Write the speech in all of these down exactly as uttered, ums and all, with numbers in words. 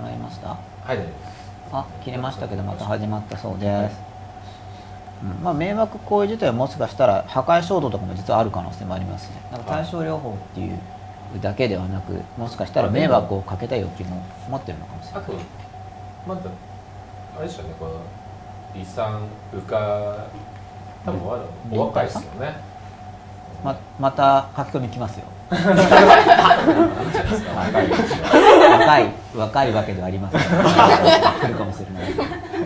らいました？ はい、大丈夫です。 あ、切れましたけどまた始まったそうです、はい。うん、まあ、迷惑行為自体はもしかしたら破壊衝動とかも実はある可能性もありますし、なんか対症療法っていうだけではなく、もしかしたら迷惑をかけたい欲求も持ってるのかもしれない。あとまだあれですよね、この離散部下多分まだお若いですよね。 ま, また書き込み来ますよ。若い若いわけではありません。来るかもしれない。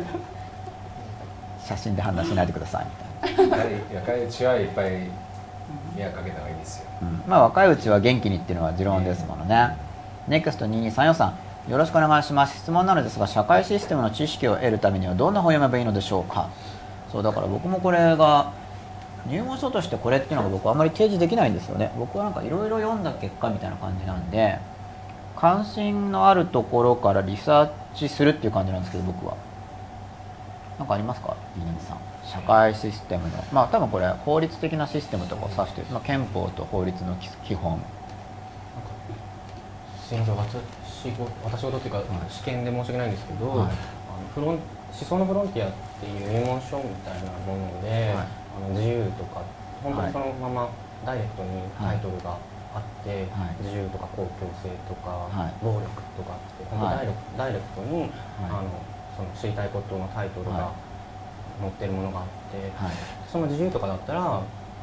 写真で判断しないでくださいみたいな。 若いうちはいっぱい迷惑かけた方がいいですよ。 うん、まあ若いうちは元気にっていうのは持論ですものね。ネクストににさんよんさん、よろしくお願いします。質問なのですが、社会システムの知識を得るためにはどんな本を読めばいいのでしょうか。そうだから僕もこれが入門書としてこれっていうのが僕はあまり提示できないんですよね。僕はなんかいろいろ読んだ結果みたいな感じなんで、関心のあるところからリサーチするっていう感じなんですけど、僕は何かありますか、イニさん。社会システムの、まあ多分これ法律的なシステムとかを指している、まあ、憲法と法律の基本。 すみません、私私事っていうか、はい、試験で申し訳ないんですけど、はい、あのフロン思想のフロンティアっていう入門書みたいなもので、はい、あの自由とか本当にそのままダイレクトにタイトルがあって、はい、自由とか公共性とか、はい、暴力とかって本当ダイレクト、ダイレクトに、はい、あのその知りたいことのタイトルが載ってるものがあって、はい、その自由とかだったらあの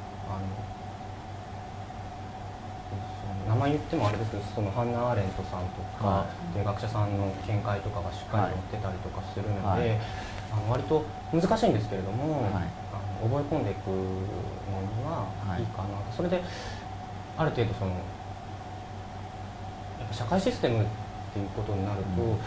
名前言ってもあれですけど、そのハンナ・アーレントさんとかっていう学者さんの見解とかがしっかり載ってたりとかするので、はい、あの割と難しいんですけれども、はい、あの覚え込んでいくのにはいいかなと、はい、それである程度そのやっぱ社会システムっていうことになると、うん、あ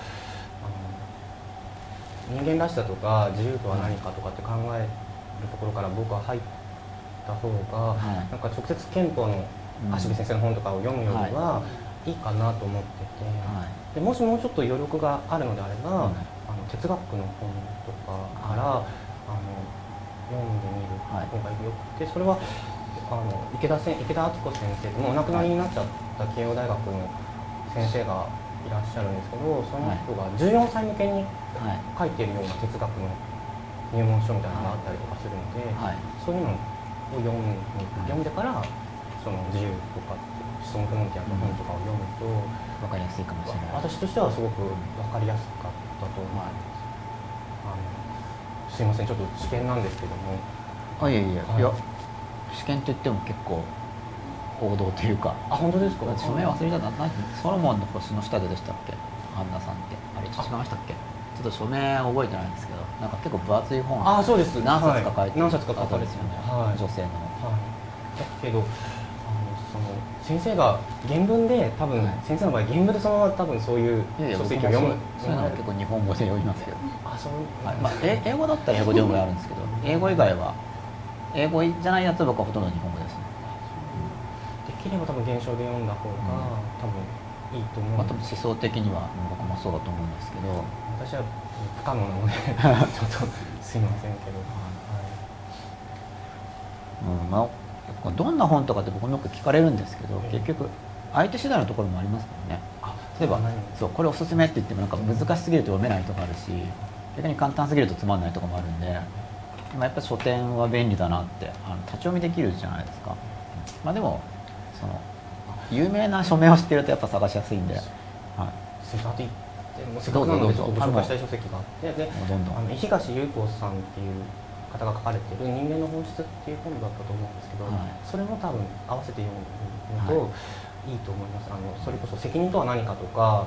の人間らしさとか自由とは何かとかって考えるところから僕は入った方が、はい、なんか直接憲法の芦部先生の本とかを読むよりはいいかなと思ってて、はい、でもしもうちょっと余力があるのであれば、うん、あの哲学の本とかから、はい、あの読んでみる方がよくて、それはあの池田せ池田明子先生もうお亡くなりになっちゃった慶応大学の先生がいらっしゃるんですけど、その人がじゅうよんさい向けに書いているような哲学の入門書みたいなのがあったりとかするので、はい、そういうのを読む読んでからその自由とか思想のフロンティアの本とかを読むと、うん、 分かりやすいかもしれない。 私としてはすごく分かりやすかったと思います。あのすいません、ちょっと試験なんですけども。 あ、いやいや、はい、いや試験といっても結構報道というか。 あ、本当ですか。 署名忘れちゃった。何ソロモンの星の下ででしたっけ、ハンナさんって。あれ違いましたっけ。ちょっと署名覚えてないんですけど、なんか結構分厚い本。 あ、そうです。 何冊か書いてる、 はい、何冊か書かれてるよね、はい、 女性の。 はい、だけどその先生が原文で多分、はい、先生の場合原文でそのまま多分そういう書籍を読む。 そういうのは結構日本語で読みますけど。 あ、そう、 はい、まあ、英語だったら英語で読むがあるんですけど、英語以外は英語じゃないやつは僕はほとんど日本語ですね。 できれば多分原書で読んだ方が、うん、多分いいと思う。 まあ、多分思想的には僕もそうだと思うんですけど、 私は不可能なのでちょっとすいませんけど、 はい、うん、まあどんな本とかって僕もよく聞かれるんですけど、結局相手次第のところもありますからね。例えばそうこれおすすめって言ってもなんか難しすぎると読めないとかあるし、逆に簡単すぎるとつまんないとかもあるんで、まあ、やっぱり書店は便利だなって、あの立ち読みできるじゃないですか。まあ、でもその有名な署名を知ってるとやっぱ探しやすいんで、はい、 せっかくなのでちょっとご紹介したい書籍があって、でどんどんあの東優子さんっていう方が書かれている「人間の本質」っていう本だったと思うんですけど、はい、それも多分合わせて読むのと、はい、いいと思います。あのそれこそ責任とは何かとか、はい、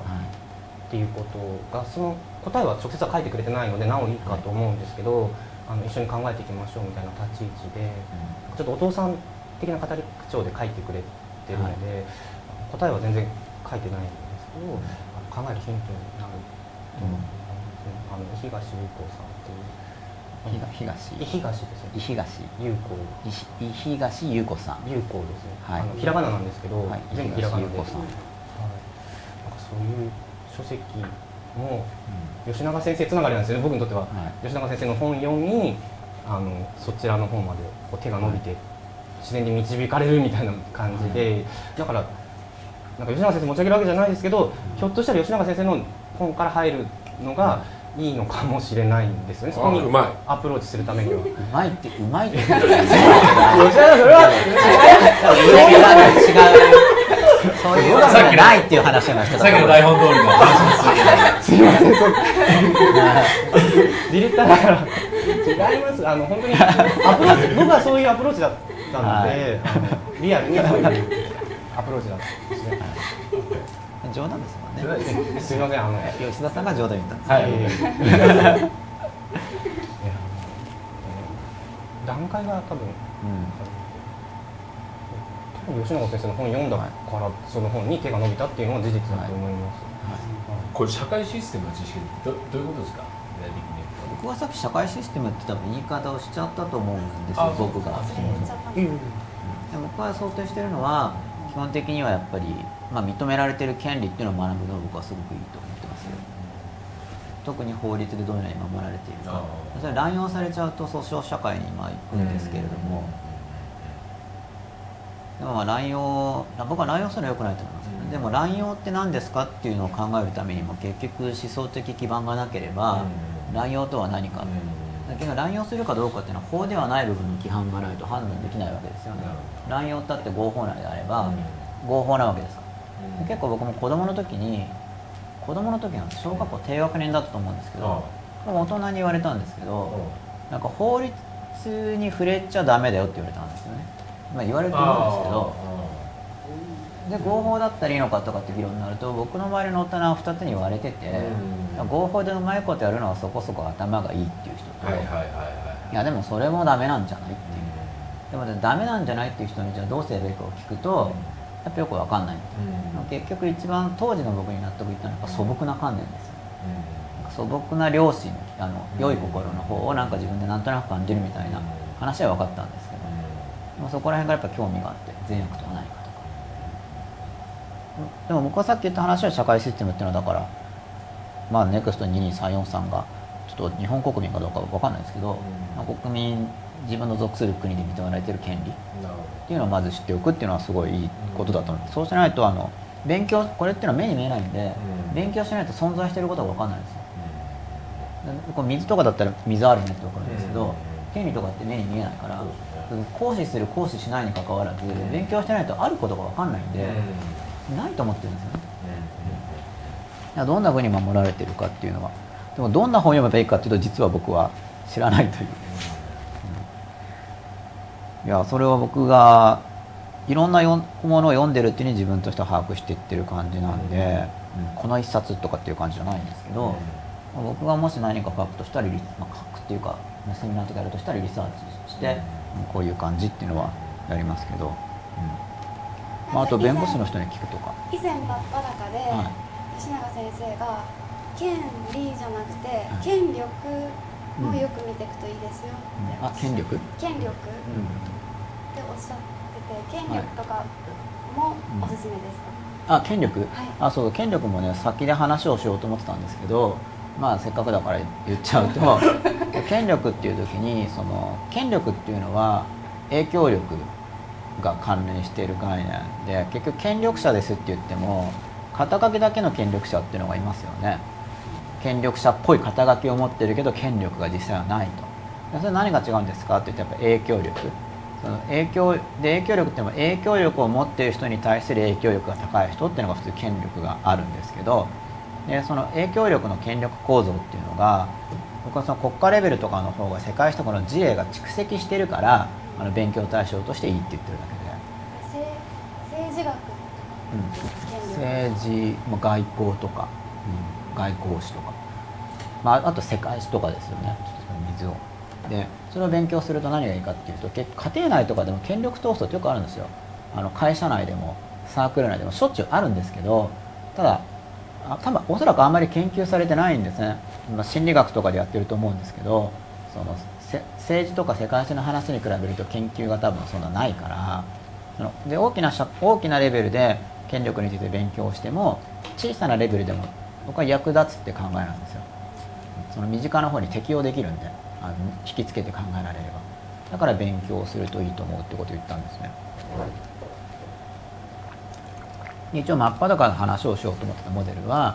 っていうことがその答えは直接は書いてくれてないのでなおいいかと思うんですけど、はい、あの一緒に考えていきましょうみたいな立ち位置で、うん、ちょっとお父さん的な語り口調で書いてくれてるので、はい、答えは全然書いてないんですけど、うん、考えるヒントになると思いますね。うん、あの東優子さんっていう東東ですね。 東優子東優子さん。 優子ですね。はい、あのひらがななんですけど、はい、全部ひらがなで。はい、なんかそういう書籍も、うん、吉永先生つながりなんですよね。僕にとっては、はい、吉永先生の本読み、あのそちらの方までこう手が伸びて、はい、自然に導かれるみたいな感じで、はい、だからなんか吉永先生持ち上げるわけじゃないですけど、うん、ひょっとしたら吉永先生の本から入るのがいいのかもしれないんですよね。そこにアプローチするためには。うまいってうまいって。 それは違う。そういうことがないっていう話をした。 さっきの台本通りの話すいません。ディレクターだから違います。あの本当にアプローチ、僕はそういうアプローチだったので、あのリアルにそういうアプローチだったんですね。 冗談ですもんね。 すみません、あの吉田さんが冗談言ったんです。 はい。 段階が多分、多分吉永先生の本読んだからその本に手が伸びたっていうのは事実だと思います。 これ社会システムの知識どどういうことですか？ 僕はさっき社会システムって多分言い方をしちゃったと思うんですよ、僕が。僕が想定しているのは基本的にはやっぱり、まあ、認められている権利っていうのを学ぶのが僕はすごくいいと思ってますよ。特に法律でどのように守られているか。それ乱用されちゃうと訴訟社会にまあ行くんですけれども、でもまあ乱用、僕は乱用するのは良くないと思います。でも乱用って何ですかっていうのを考えるためにも結局思想的基盤がなければ乱用とは何か、だけど乱用するかどうかっていうのは法ではない部分の規範がないと判断できないわけですよね。乱用だって合法内であれば合法なわけですから。結構僕も子供の時に子供の時なんです小学校低学年だったと思うんですけど、大人に言われたんですけど、なんか法律に触れちゃダメだよって言われたんですよね。まあ言われると思うんですけど、で合法だったらいいのかとかって議論になると、僕の周りの大人はふたつに割れてて、合法でうまいことやるのはそこそこ頭がいいっていう人と、いやでもそれもダメなんじゃないっていう、でも、ね、ダメなんじゃないっていう人にじゃあどうすればいいかを聞くとやっぱよく分かんない、うん、結局一番当時の僕に納得いったのはやっぱ素朴な観念ですよ、うん、素朴な良心、あの良い心の方をなんか自分でなんとなく感じるみたいな話は分かったんですけど、でもそこら辺がやっぱ興味があって、善悪とは何かとか。でも僕はさっき言った話は社会システムっていうのはだから、まあ、ネクストににさんよんさんがちょっと日本国民かどうか分かんないですけど、まあ、国民自分の属する国で認められている権利っていうのをまず知っておくっていうのはすごいいいことだと思う、うん、そうしないとあの勉強、これっていうのは目に見えないんで、うん、勉強しないと存在していることが分かんないんですよ、うん、こう水とかだったら水あるねって分かるんですけど、うん、権利とかって目に見えないから、うん、行使する行使しないにかかわらず、うん、勉強してないとあることが分かんないんで、うん、ないと思ってるんですよね、うん、どんなふうに守られているかっていうのは。でもどんな本を読めばいいかっていうと実は僕は知らないという、いやそれは僕がいろんなものを読んでるっていうに自分としては把握していってる感じなんで、うん、この一冊とかっていう感じじゃないんですけど、うん、僕がもし何か書くとしたら、まあ、書くっていうかセミナーとかやるとしたらリサーチして、うん、こういう感じっていうのはやりますけど、うんまあ、あと弁護士の人に聞くとか。 以前バッパ高で、はい、吉永先生が権利じゃなくて、はい、権力もよく見ていくといいですよ、 うん、あ、権力権力、うん、っておっしゃってて、権力とかもおすすめですか？ はい、あ、権力、はい、あ、そう、権力もね先で話をしようと思ってたんですけど、まあせっかくだから言っちゃうと権力っていう時にその権力っていうのは影響力が関連している概念で、結局権力者ですって言っても肩書きだけの権力者っていうのがいますよね。権力者っぽい肩書きを持ってるけど権力が実際はないと。それ何が違うんですかって言って、やっぱ影響力、その影響で影響力っていうのは影響力を持っている人に対する影響力が高い人っていうのが普通権力があるんですけど、でその影響力の権力構造っていうのが、僕はその国家レベルとかの方が世界史とかの事例が蓄積してるから、あの勉強対象としていいって言ってるだけで、 政治学、 うん、政治、外交とか、うん、外交史とか、まあ、あと世界史とかですよね。ちょっとその水をでそれを勉強すると何がいいかっていうと、結構家庭内とかでも権力闘争ってよくあるんですよ。あの会社内でもサークル内でもしょっちゅうあるんですけど、ただ多分おそらくあんまり研究されてないんですね。まあ、心理学とかでやってると思うんですけど、その政治とか世界史の話に比べると研究が多分そんなないから、そので大きな大きなレベルで権力について勉強しても小さなレベルでも僕は役立つって考えなんですよ。その身近な方に適用できるんで、あの引きつけて考えられれば、だから勉強するといいと思うってことを言ったんですね。一応真っ裸の話をしようと思ってたモデルは、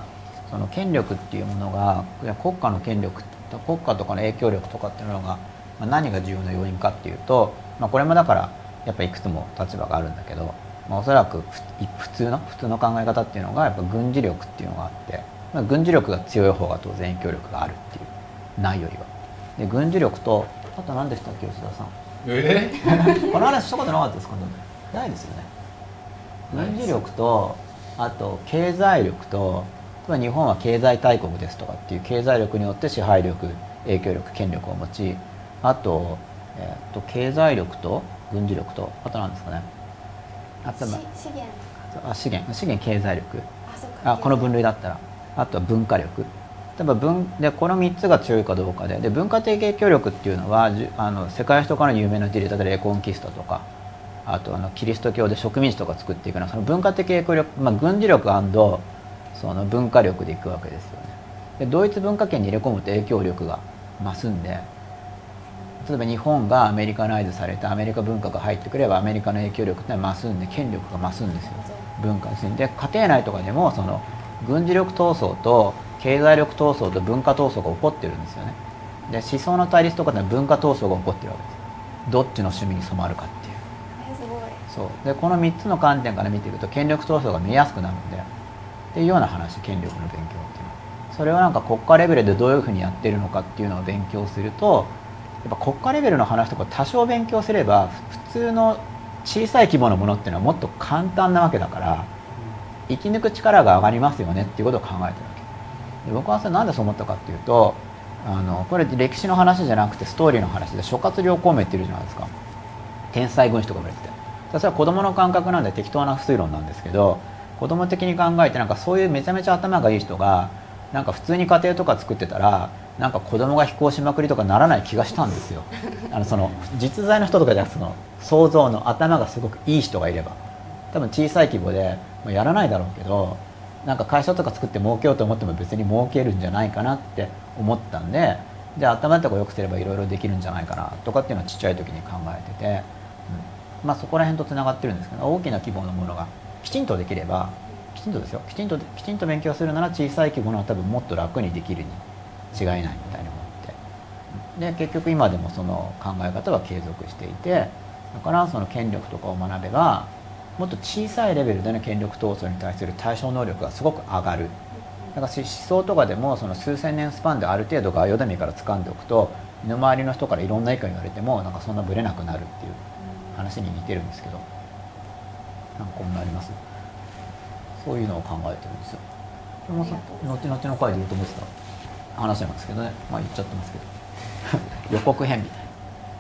その権力っていうものがいや国家の権力国家とかの影響力とかっていうのが、まあ、何が重要な要因かっていうと、まあ、これもだからやっぱいくつも立場があるんだけど、まあ、おそらく普通の普通の考え方っていうのがやっぱ軍事力っていうのがあって、まあ、軍事力が強い方が当然影響力があるっていうないよりはで軍事力とあと何でしたっけ吉田さんえこの話したことなかったですかねないですよね軍事力とあと経済力と日本は経済大国ですとかっていう経済力によって支配力影響力権力を持ちあと、えー、と経済力と軍事力とあと何ですかねあと、まあ、 資源とかあ資源資源経済力あそうかあこの分類だったらあとは文化力例えば文でこのみっつが強いかどうか で, で文化的影響力っていうのはあの世界史とかの有名な事例例えばレコンキストとかあとあのキリスト教で植民地とか作っていくのはその文化的影響力、まあ、軍事力その文化力でいくわけですよねでドイツ文化圏に入れ込むと影響力が増すんで例えば日本がアメリカナイズされてアメリカ文化が入ってくればアメリカの影響力ってのは増すんで権力が増すんですよ文化にで家庭内とかでもその軍事力闘争と経済力闘争と文化闘争が起こってるんですよねで思想の対立とかでは文化闘争が起こってるわけですどっちの趣味に染まるかっていうえすごいそうでこのみっつの観点から見ていくと権力闘争が見えやすくなるんでっていうような話権力の勉強っていうのはそれをなんか国家レベルでどういうふうにやってるのかっていうのを勉強するとやっぱ国家レベルの話とか多少勉強すれば普通の小さい規模のものっていうのはもっと簡単なわけだから生き抜く力が上がりますよねっていうことを考えてるわけで僕はそれなんでそう思ったかっていうとあのこれ歴史の話じゃなくてストーリーの話で諸葛亮孔明っているじゃないですか天才軍師とか言われててそれは子供の感覚なんで適当な推論なんですけど子供的に考えてなんかそういうめちゃめちゃ頭がいい人がなんか普通に家庭とか作ってたらなんか子供が飛行しまくりとかならない気がしたんですよあのその実在の人とかじゃなくてその想像の頭がすごくいい人がいれば多分小さい規模でやらないだろうけどなんか会社とか作って儲けようと思っても別に儲けるんじゃないかなって思ったんでじゃあ頭とか良くすればいろいろできるんじゃないかなとかっていうのはちっちゃい時に考えてて、うん、まあそこら辺とつながってるんですけど大きな規模のものがきちんとできればきちんとですよきちんときちんと勉強するなら小さい規模のは多分もっと楽にできるに違いないみたいに思ってで結局今でもその考え方は継続していてだからその権力とかを学べばもっと小さいレベルでの権力闘争に対する対処能力がすごく上がるだから思想とかでもその数千年スパンである程度概要でもいいから掴んでおくと身の回りの人からいろんな意見言われてもなんかそんなブレなくなるっていう話に似てるんですけどなんかこんなありますそういうのを考えてるんですよこれも後々の回で言うと思ってた話なんですけどねまあ言っちゃってますけど予告編みたいな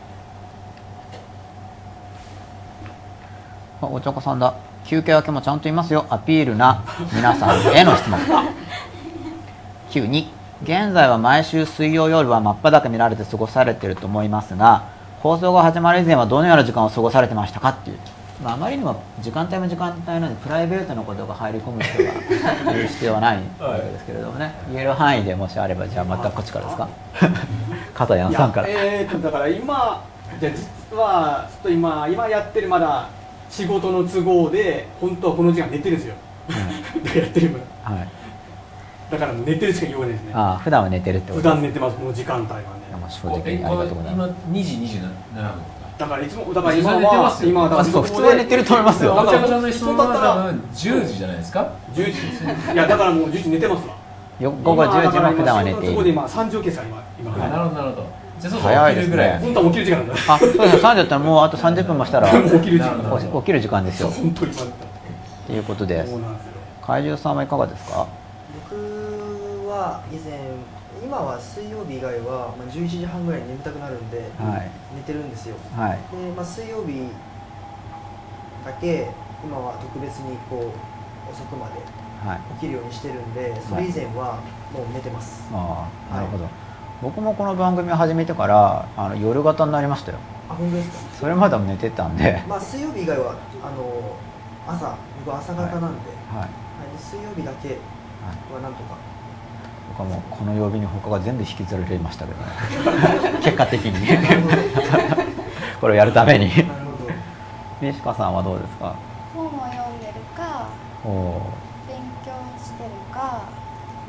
あお茶子さんだ休憩明けもちゃんといますよアピールな皆さんへの質問きゅうに現在は毎週水曜夜は真っ裸見られて過ごされていると思いますが放送が始まる以前はどのような時間を過ごされてましたかっていう、まあ、あまりにも時間帯も時間帯なのでプライベートのことが入り込む人がいる必要はないわけですけれどもね、はい、言える範囲でもしあればじゃあまたこっちからですか片山さんから。 えーとだから今じゃあ実はちょっと今今やってるまだ仕事の都合で本当はこの時間寝てるんですよ、うん、だからやってるから、はい、だから寝てるしか言わないですね。 ああ普段は寝てるってこと普段寝てますもう時間帯はね。 正直にありがとうございます。 今にじにじゅうななふんだからいつもだから今は今はだから普通は寝てると思いますよ。 お茶子さんの質問は多分じゅうじじゃないですか。 じゅうじいやだからもうじゅうじ寝てますわ。 午後じゅうじも普段は寝ている。 そこで今三条決済今今。 なるほどなるほど。じゃあそう早いですね。 起きるぐらい。 本当は起きる時間なんだ。 あそうですね。さんじだったらもうあとさんじゅっぷんもしたら起きる時間。 起きる時間ですよ。 本当に待った。 ということです。怪獣さんはいかがですか。 僕は以前今は水曜日以外はじゅういちじはんぐらいに眠たくなるんで、はい、寝てるんですよ。はい、でまあ、水曜日だけ今は特別にこう遅くまで起きるようにしてるんで、はい、それ以前はもう寝てます。 ああ、なるほど。はい、僕もこの番組を始めてからあの夜型になりましたよ。 あ、本当ですか。 それまでも寝てたんで、 まあ、水曜日以外はあの朝僕は朝型なんで、はいはい、はい、で水曜日だけはなんとか。 僕はもうこの曜日に他が全部引きずられましたけどね結果的にこれをやるために。ミシカさんはどうですか。 本を読んでるか勉強してるか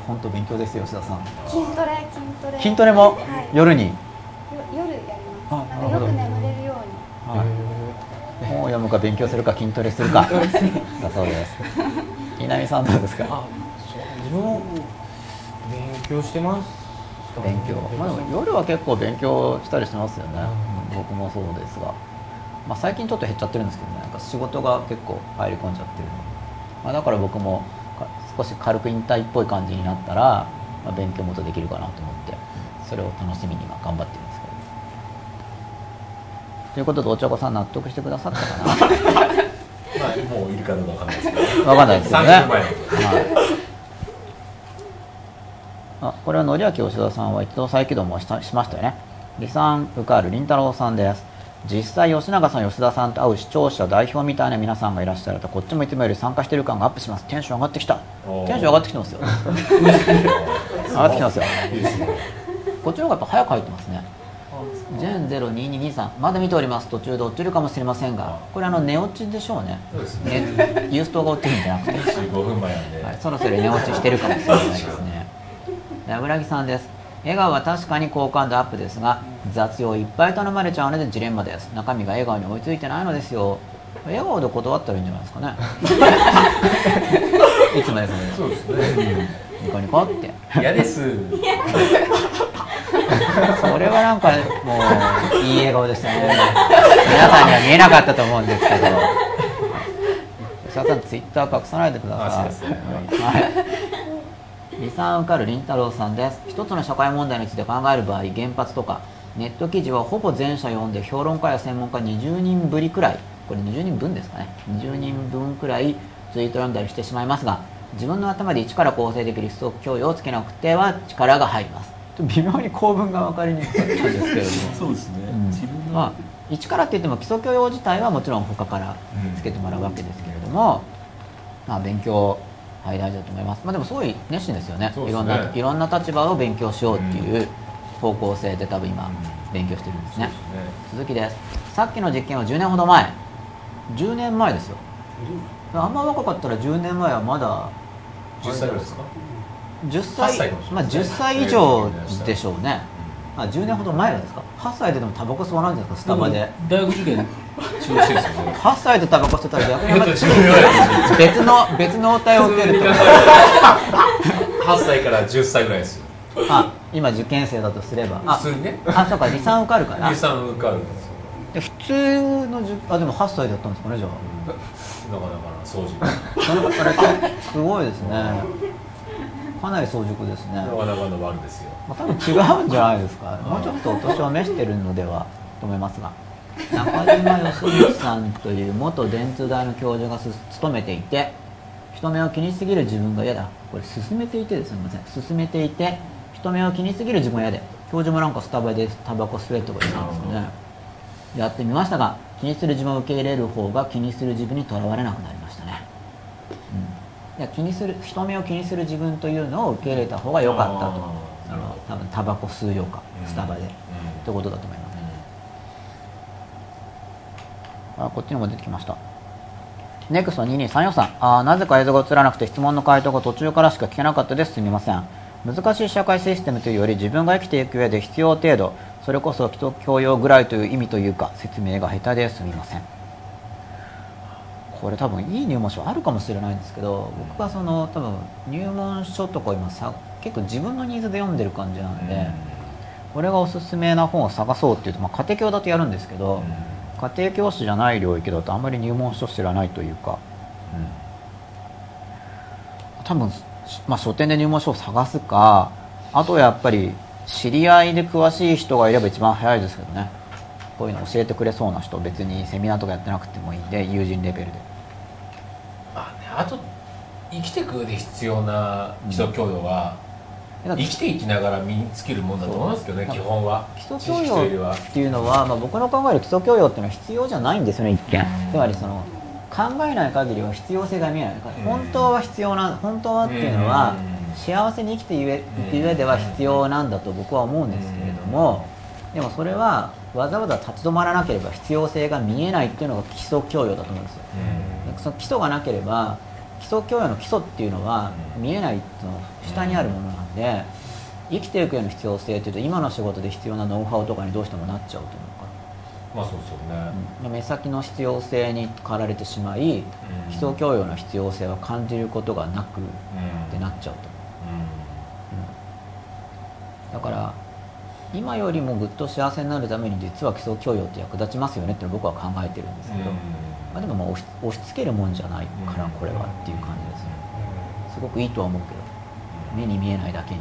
本当勉強ですよ吉田さん。 筋トレ筋トレ筋トレも、はい、夜に夜やります。なんかよく眠れるように、はい、 本を読むか勉強するか筋トレするかだそうです。稲見さんどうですか？あ、 そう自分も勉強してます。 勉強、まあ、でも夜は結構勉強したりしてますよね、うん、僕もそうですが、まあ、最近ちょっと減っちゃってるんですけどね、なんか仕事が結構入り込んじゃってるので、まあ、だから僕も少し軽く引退っぽい感じになったら、まあ、勉強もっとできるかなと思ってそれを楽しみに今頑張ってるんですけど。ということでお茶子さん納得してくださったかなまあもういるかどうかわかんないですけどわかんないですけどね。 さんじゅうまえのあ、これは典明吉田さんは一度再起動も し, しましたよね。李さん、受かる林太郎さんです。実際吉永さん、吉田さんと会う視聴者代表みたいな皆さんがいらっしゃるとこっちもいつもより参加してる感がアップします。テンション上がってきた。テンション上がってきてますよ上がってきてますよいいですね。こっちの方がやっぱ早く入ってますね。ジェンゼロにーにーにーさんまだ見ております。途中で落ちるかもしれませんが、これあの寝落ちでしょうね。 そうですね。 ユーストが落ちるんじゃなくてごふんまえなんで、 はい、そろそろ寝落ちしてるかもしれないですね油木さんです。笑顔は確かに好感度アップですが雑用いっぱい頼まれちゃうのでジレンマです。中身が笑顔に追いついてないのですよ。笑顔で断ったらいいんじゃないですかねいつもですね。 そうですね、 ニコニコって嫌ですそれはなんかもういい笑顔でしたね皆さんには見えなかったと思うんですけど吉田さんツイッター隠さないでください。 あ、そうですね、 はい李さん受かる林太郎さんです。一つの社会問題について考える場合、原発とかネット記事はほぼ全社読んで評論家や専門家にじゅうにんぶりくらい、これにじゅうにんぶんですかね、にじゅうにんぶんくらいツイート読んだりしてしまいますが、自分の頭で一から構成できる思想教養をつけなくては力が入ります。微妙に構文が分かりにくかったんですけれどもそうですね、うん、自分の、 まあ、一からって言っても基礎教養自体はもちろん他からつけてもらうわけですけれども、うん、まあ、勉強はい、大事だと思います。まあ、でもすごい熱心ですよ ね, ねいろんな。いろんな立場を勉強しようっていう方向性で多分今勉強してるんです ね,、うん、ですね。続きです。さっきの実験はじゅうねんほど前。じゅうねんまえですよ。あんま若かったらじゅうねんまえはまだじゅっさいぐらいですか。 じゅっさい、まあ、じゅっさい以上でしょうね。あ、じゅうねんほど前ですか。はっさいででもタバコ吸わないんですか、スタバで。 大学受験中止ですよね。 はっさいでタバコ吸ったら逆にまた別の別の応対を受けるとはっさいからじゅっさいぐらいですよ。 あ、今受験生だとすれば、あ、 普通にね。 あ、そうか、離散受かるから。 離散受かるんですよ。 で普通のじゅあでもはっさいだったんですかね、じゃあ。 なかなかな掃除。 それからすごいですね。かなり早熟ですね。 なかなかの悪ですよ。 まあ、多分違うんじゃないですか。もうちょっとお年を召してるのではと思いますが、中島義光さんという元電通大の教授が勤めていて、人目を気にしすぎる自分が嫌だ。これ進めていてですみません。進めていて人目を気にしすぎる自分が嫌で、教授もなんかスタバでタバコ吸えとか言ったんですかね。やってみましたが、気にする自分を受け入れる方が気にする自分にとらわれなくなりましたね。うん、いや気にする人目を気にする自分というのを受け入れた方が良かったと。あの多分タバコ吸うようか、スタバで、うん、ということだと思います、うん、あ、こっちにも出てきました。ネクストにーにーさんよんさん、あ、なぜか映像が映らなくて質問の回答が途中からしか聞けなかったです。すみません。難しい社会システムというより自分が生きていく上で必要程度、それこそ基礎教養ぐらいという意味というか説明が下手ですみません。これ多分いい入門書あるかもしれないんですけど、僕はその多分入門書とか今さ結構自分のニーズで読んでる感じなんで、うん、これがおすすめな本を探そうっていうと、まあ、家庭教だとやるんですけど、うん、家庭教師じゃない領域だとあんまり入門書知らないというか、うん、多分、まあ、書店で入門書を探すか、あとやっぱり知り合いで詳しい人がいれば一番早いですけどね。こういうの教えてくれそうな人、別にセミナーとかやってなくてもいいんで、友人レベルで。 あ、ね、あと生きていく上で必要な基礎教養は、うん、生きていきながら身につけるものだと思いますけどね、基本は。 基礎教養っていうのは、まあ、僕の考える基礎教養っていうのは必要じゃないんですよね、一見。つまりその考えない限りは必要性が見えないから、本当は必要な、本当はっていうのは、幸せに生きていく上では必要なんだと僕は思うんですけれども、でもそれはわざわざ立ち止まらなければ必要性が見えないっていうのが基礎教養だと思うんですよ。その基礎がなければ基礎教養の基礎っていうのは見えないの下にあるものなんで、生きていくような必要性というと今の仕事で必要なノウハウとかにどうしてもなっちゃうと思うから、 まあそうですよね、 うん、目先の必要性に駆られてしまい、うん、基礎教養の必要性は感じることがなくってなっちゃうと、うんうん、だから今よりもぐっと幸せになるために実は基礎教養って役立ちますよねって僕は考えてるんですけど、うん、まあ、でもまあ押し、押し付けるもんじゃないからこれはっていう感じですね。すごくいいとは思うけど目に見えないだけに、うん、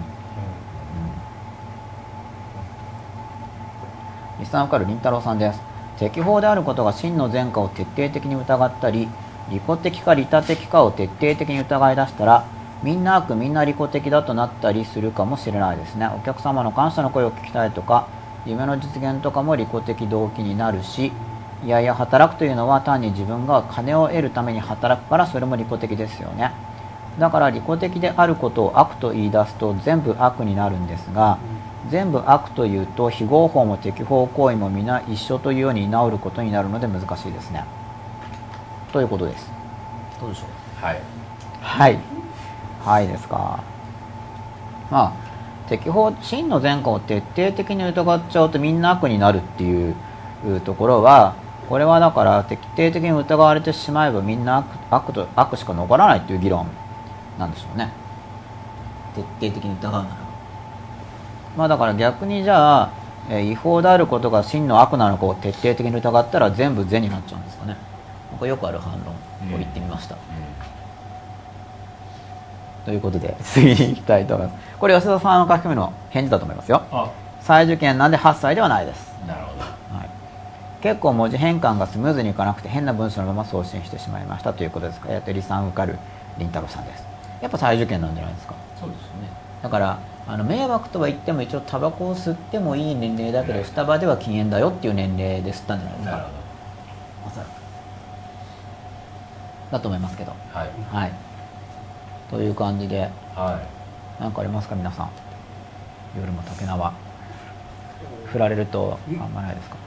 リスナーわかるりんたろうさんです。適法であることが真の善かを徹底的に疑ったり、利己的か利他的かを徹底的に疑い出したら、みんな悪みんな利己的だとなったりするかもしれないですね。お客様の感謝の声を聞きたいとか、夢の実現とかも利己的動機になるし、いやいや働くというのは単に自分が金を得るために働くから、それも利己的ですよね。だから利己的であることを悪と言い出すと全部悪になるんですが、全部悪というと非合法も適法行為も皆一緒というように治ることになるので難しいですね。ということです。どうでしょう。 はいはいはいですか。まあ適法真の善かを徹底的に疑っちゃうとみんな悪になるっていうところは、これはだから徹底的に疑われてしまえばみんな 悪, 悪, と悪しか残らないっていう議論なんでしょうね。徹底的に疑うならば、まあだから逆にじゃあ、えー、違法であることが真の悪なのかを徹底的に疑ったら全部善になっちゃうんですかね。なんかよくある反論を言ってみました、うんうん、ということで次に行きたいと思います。これ吉田さんの書き込みの返事だと思いますよ。再受験なんではっさいではないです。 なるほど、 はい、結構文字変換がスムーズにいかなくて変な文章のまま送信してしまいましたということですか。やってりさん受かるりんたろうさんです。やっぱ再受験なんじゃないですか。 そうですね。 だからあの迷惑とは言っても一応タバコを吸ってもいい年齢だけど、スタバでは禁煙だよっていう年齢で吸ったんじゃないですか。 なるほど。 おそらくだと思いますけど、 はい、 はい、という感じで、 はい、 なんかありますか皆さん。夜も竹縄振られるとあんまないですか。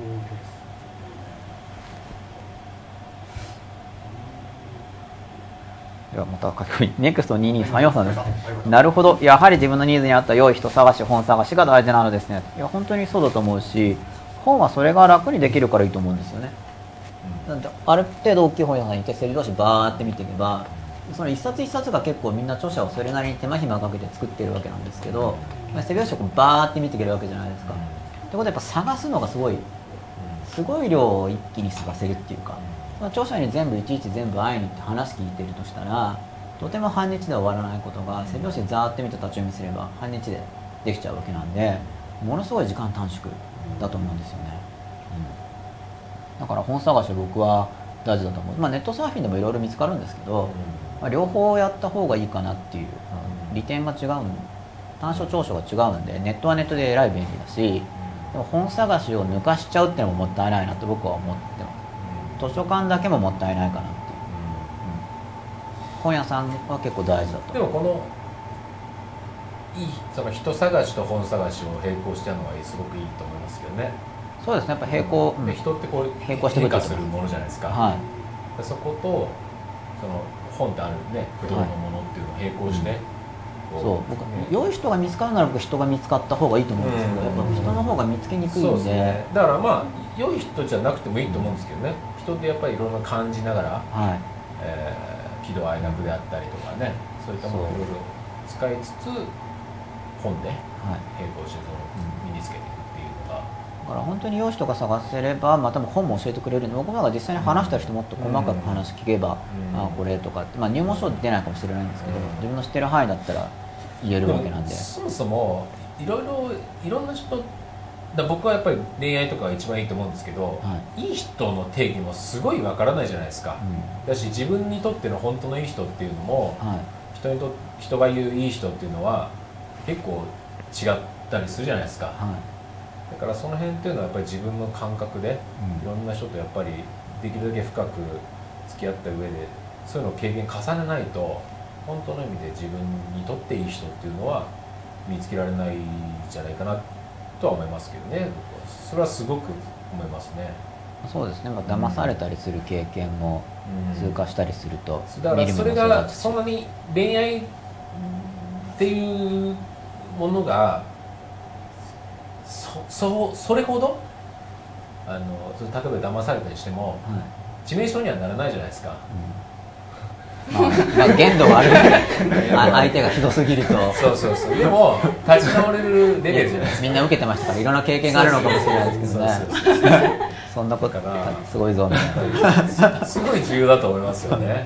ではまた書き込みネクストにーにーさんよんさんです。なるほど、やはり自分のニーズに合った良い人探し本探しが大事なのですね。いや本当にそうだと思うし、本はそれが楽にできるからいいと思うんですよね。なんである程度大きい本屋さんに行って背表紙バーって見ていけば、その一冊一冊が結構みんな著者をそれなりに手間暇かけて作ってるわけなんですけど、背表紙をバーって見ていけるわけじゃないですか。ってことはやっぱ探すのがすごいすごい量を一気に探せるっていうか、著者に全部いちいち全部会いに行って話聞いてるとしたらとても半日で終わらないことが背表紙ザーって見て立ち読みすれば半日でできちゃうわけなんで、ものすごい時間短縮だと思うんですよね、うん、だから本探しは僕は大事だと思う。まあ、ネットサーフィンでもいろいろ見つかるんですけど、まあ、両方やった方がいいかなっていう、利点が違う短所長所が違うんで、ネットはネットでえらい便利だし、でも本探しを抜かしちゃうっていうのももったいないなと僕は思ってます。図書館だけももったいないかなっていう、うん、本屋さんは結構大事だと。 でもこのいいその人探しと本探しを並行してやるのがすごくいいと思いますけどね。 そうですね、やっぱ並行、 うん、で人ってこう並行して変化するものじゃないですか、 はい、 でそことその本ってあるね不動のものっていうのを並行して、はい、 そう僕、ね、良い人が見つかるなら僕人が見つかった方がいいと思うんですけど、うん、やっぱ人の方が見つけにくいんで、 そうですね、 だからまあ良い人じゃなくてもいいと思うんですけどね、人ってやっぱりいろんな感じながら、はい、えー、喜怒哀楽であったりとかね、そういったものをいろいろ使いつつ本で並行してその身につけていくっていうのが、 だから本当に良い人が探せれば、まあ、多分本も教えてくれるんで、僕らが実際に話した人もっと細かく話聞けば、うん、ああこれとかって、まあ、入門書出ないかもしれないんですけど、うん、自分の知ってる範囲だったら言えるわけなんで、 そもそもいろいろいろんな人だ、僕はやっぱり恋愛とかが一番いいと思うんですけど、はい、いい人の定義もすごいわからないじゃないですか、うん、だし自分にとっての本当のいい人っていうのも、はい、人にと人が言ういい人っていうのは結構違ったりするじゃないですか、はい、だからその辺っていうのはやっぱり自分の感覚で、うん、いろんな人とやっぱりできるだけ深く付き合った上でそういうのを経験重ねないと本当の意味で自分にとっていい人っていうのは見つけられないんじゃないかなとは思いますけどね。それはすごく思いますね。 そうですね、まあ、騙されたりする経験も通過したりすると、 うん、だからそれがそんなに恋愛っていうものがそそそれほどあの例えば騙されたりしても、はい、致命傷にはならないじゃないですか、 うん、まあ、まあ、限度はある相手がひどすぎるとそうそうそう、でも立ち直れるレベルじゃないですか。 みんな受けてましたからいろんな経験があるのかもしれないですけどね。そんなことからすごいぞみたいなすごい重要だと思いますよね。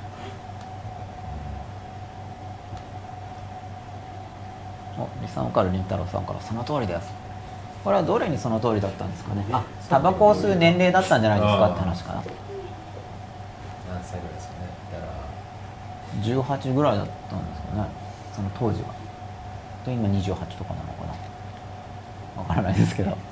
おリサンカルりんたろーさんからその通りです。これはどれにその通りだったんですかね。あ、タバコを吸う年齢だったんじゃないですかって話かな。 何歳ぐらいですかね。だからじゅうはちぐらいだったんですかね、その当時は。と今にじゅうはちとかなのかな、わからないですけど。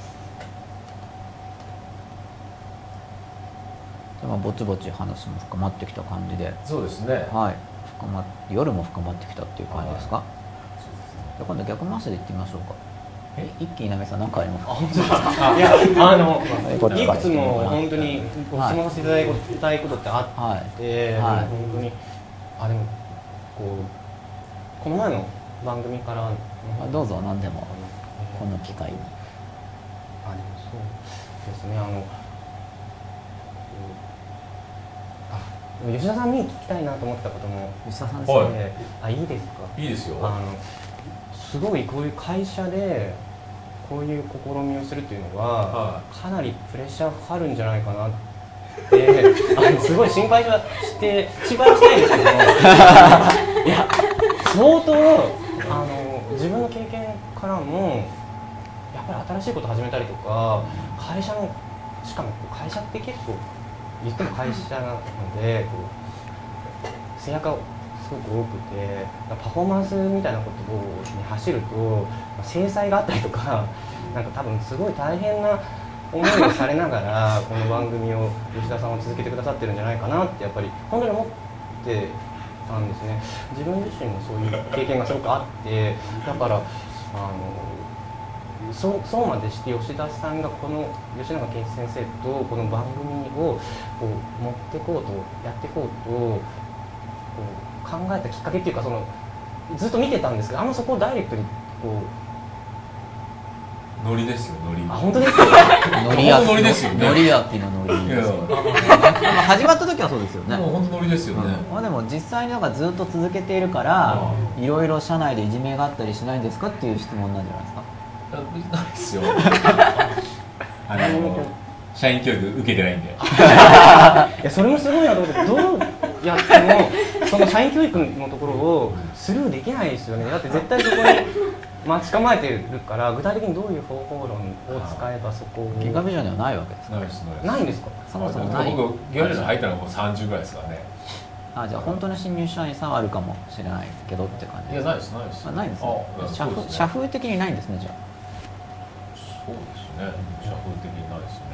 まあぼちぼち話も深まってきた感じで。 そうですね、 はい、深ま夜も深まってきたっていう感じですか。じゃあ今度逆回しでいってみましょうか。え一気になめさん何かありますか。 あ、本当ですか。いや、あのいくつも本当にご質問していただきたいことってあって、はいはい、本当にあでもこうこの前の番組からあどうぞ何でもこの機会に。 あでもそうですね、あのあ吉田さんに聞きたいなと思ったことも吉田さんですね、はい、 あいいですか。 いいですよ。 あのすごいこういう会社でこういう試みをするっていうのは、はい、かなりプレッシャーかかるんじゃないかなってあのすごい心配はして心配はしたいんですけどいや相当あの自分の経験からもやっぱり新しいこと始めたりとか会社のしかも会社って結構言っても会社なのでこう制約がすごく多くてパフォーマンスみたいなことに走ると制裁があったりとかなんか多分すごい大変な思いをされながらこの番組を吉田さんは続けてくださってるんじゃないかなってやっぱり本当に思ってたんですね。自分自身もそういう経験がすごくあってだからあの そ, そうまでして吉田さんがこの吉永健一先生とこの番組をこう持っていこうとやっていこうとこう考えたきっかけっていうかそのずっと見てたんですけどあんまそこをダイレクトにこうノリですよノリ。 あ本当ですか。 ノリ焼きノリですよね。 ノリ焼きのノリですよ。始まった時はそうですよね。 もう本当ノリですよね。 まあでも実際になんかずっと続けているからいろいろ社内でいじめがあったりしないんですかっていう質問なんじゃないですか。 ないですよ。あの社員教育受けてないんで。 いやそれもすごいなと思ってどうやってもその社員教育のところをスルーできないですよね。だって絶対そこに待ち構えてるから具体的にどういう方法論を使えばそこをギガビジョンではないわけですか。 ないですないんですか。 そもそもない。 僕ギガビジョン入ったのがもうさんじゅうぐらいですからね。 あじゃあ本当の新入社員さんはあるかもしれないけどって感じ。 いやないですないです。 あないんですね。社風社風的にないんですねじゃあ。 そうですね。社風的にないですね。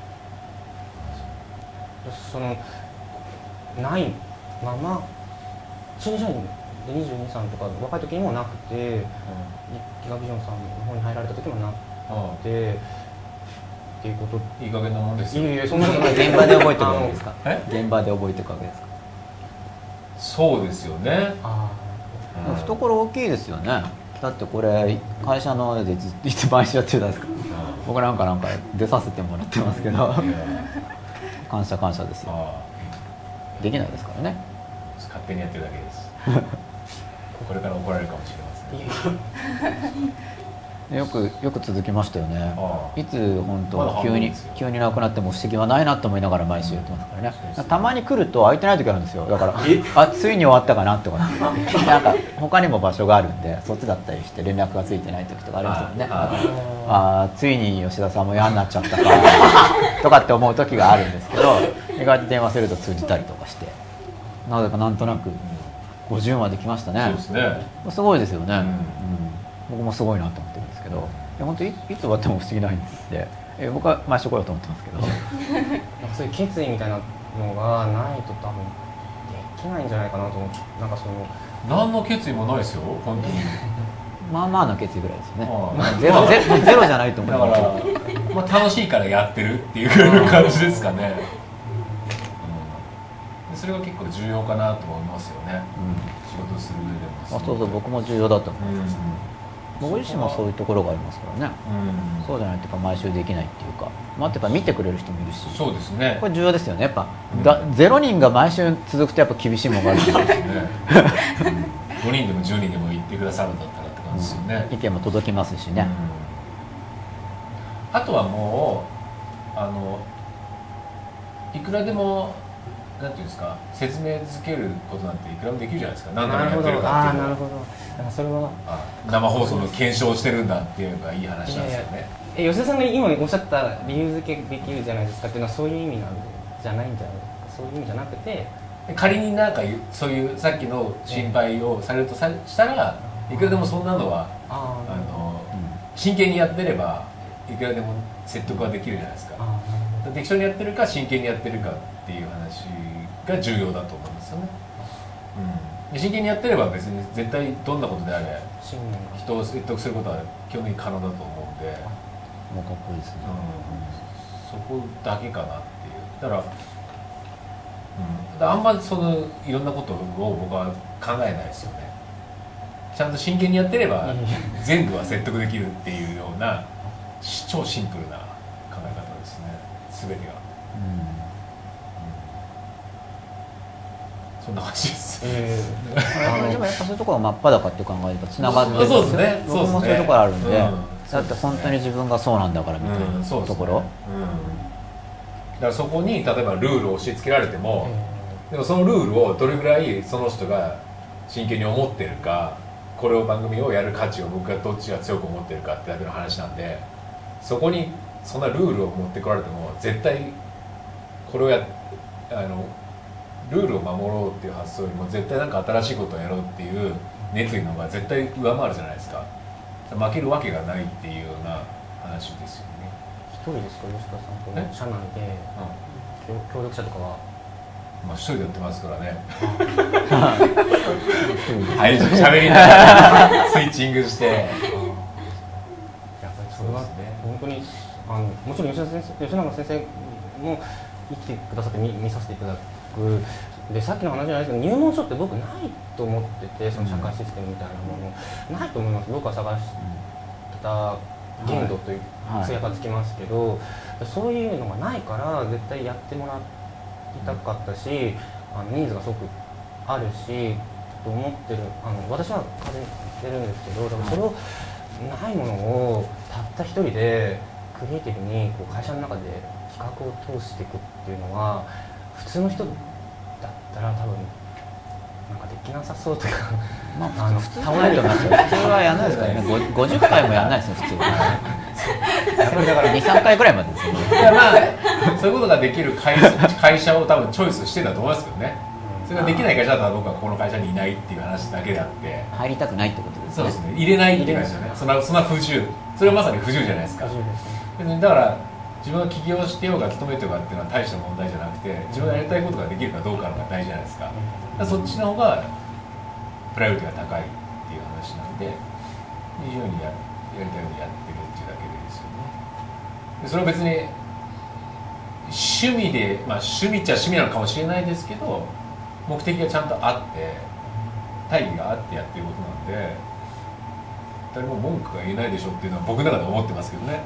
そのないまま新入社員でにじゅうに、さんとか若い時にもなくて、うん、ギガビジョンさんの方に入られた時もなくて、うん、っていうこといい加減なもんですよ。 いやいやそんなことない。 現場で覚えておくわけですか。現場で覚えておくわけですか。 そうですよね。 ああ、うん、懐大きいですよね。だってこれ会社のでずっといつ毎週やってたんですか。うん、僕なんかなんか出させてもらってますけど感謝感謝ですよ。できないですからね。 勝手にやってるだけです。これから怒られるかもしれません。 よくよく続きましたよね。いつ本当、ま、急に急になくなっても不思議はないなと思いながら毎週やってますからね。うん、たまに来ると空いてない時あるんですよ。だからあついに終わったかなとかなんか他にも場所があるんでそっちだったりして連絡がついてない時とかありますよね。ああついに吉田さんも嫌になっちゃったかとかって思う時があるんですけど意外と電話すると通じたりとかしてなぜかなんとなくごじゅうまで来ましたね。 そうですね。 すごいですよね。うんうん、僕もすごいなと思ってるんですけど、いや本当 い, いつ終わっても不思議ないんですって。え僕は毎週来ようと思ってますけどそういう決意みたいなのがないと多分できないんじゃないかなと思って。なんかその何の決意もないですよ本当に。 まあまあの決意ぐらいですよね。ゼロゼロゼロじゃないと思う。 だからまあ楽しいからやってるっていう感じですかね。うん、それが結構重要かなと思いますよね。うん、仕事する上でも。 あ、そうそう、僕も重要だと思います。うん、僕自身もそういうところがありますからね。うん、そうじゃないとか毎週できないっていうか、まあやっぱ見てくれる人もいるし。 そうですね。 これ重要ですよね。やっぱ、うん、がゼロにんが毎週続くとやっぱ厳しいものがあるんですね。 ごにんでもじゅうにんでも言ってくださるんだったらって感じですよね。 うん、意見も届きますしね。 うん、あとはもうあのいくらでもなんていうんですか、説明づけることなんていくらもできるじゃないですか。何でもやってるかっていうのは。 あ、なるほど。それは生放送の検証をしてるんだっていうのがいい話なんですよね。 え、吉田さんが今おっしゃった理由付けできるじゃないですかっていうのはそういう意味なんじゃないんじゃないですか。そういう意味じゃなくて。 仮になんかそういうさっきの心配をされるとさしたらいくらでもそんなのはあの真剣にやってればいくらでも説得はできるじゃないですか。適当にやってるか真剣にやってるかっていう話が重要だと思うんですよね。うん、真剣にやってれば別に絶対どんなことであれ人を説得することは基本的に可能だと思うんで、 もうかっこいいですね。 うん、そこだけかなっていう。だからうん、あんまそのいろんなことを僕は考えないですよね。ちゃんと真剣にやってれば全部は説得できるっていうような超シンプルな考え方ですね、全てが。うんうん、そんな感じです。えー、でもやっぱそういうところが真っ裸っていう考えがつながってるんですよ。 そうですね。 僕もそういうところあるんで、うん、だって本当に自分がそうなんだからみたいな、うん、ところ。 だからそこに例えばルールを押し付けられても、でもそのルールをどれぐらいその人が真剣に思ってるか、これを番組をやる価値を僕がどっちが強く思ってるかってだけの話なんで、そこにそんなルールを持ってこられても絶対これをやあのルールを守ろうっていう発想よりも絶対なんか新しいことをやろうっていう熱意の方が絶対上回るじゃないですか。負けるわけがないっていうような話ですよね。 一人ですか、吉田さんと社内で、うん、協力者とかは。 まあ一人でやってますからね。はい、喋りながらスイッチングして。やっぱりそれは本当にあのもちろん吉田先生、吉永先生も生きてくださって 見, 見させていただく。でさっきの話じゃないですけど、入門書って僕ないと思ってて、その社会システムみたいなもの、ないと思います。僕は探した限度という艶がつきますけど、はいはい、そういうのがないから絶対やってもらいたかったし、あのニーズがすごくあるしと思ってる。あの私は感じてるんですけど、だからそれをないものをたった一人でクリエイティブにこう会社の中で企画を通していくっていうのは普通の人だったら多分なんかできなさそうとか、 まあ、あの普通はないと思いますよ。普通はやらないですからね。ごじゅっかいもやらないですよ普通は。やっぱりだからにさんかいぐらいまでですよね。 いや、まあそういうことができる 会, 会社を多分チョイスしてたと思いますけどね。それができない会社だったら僕はこの会社にいないっていう話だけであって、 入りたくないってことですね。 そうですね。入れないっていう感じですよね。そんなそんな不自由。それはまさに不自由じゃないですか。別にだから自分が起業してようが勤めてようがっていうのは大した問題じゃなくて、自分がやりたいことができるかどうかのが大事じゃないですか。だからそっちの方がプライオリティが高いっていう話なので、自由に や, やりたいようにやってるっていうだけですよね。でそれは別に趣味で、まあ趣味っちゃ趣味なのかもしれないですけど、目的がちゃんとあって大義があってやってることなんで、誰も文句が言えないでしょっていうのは僕の中で思ってますけどね。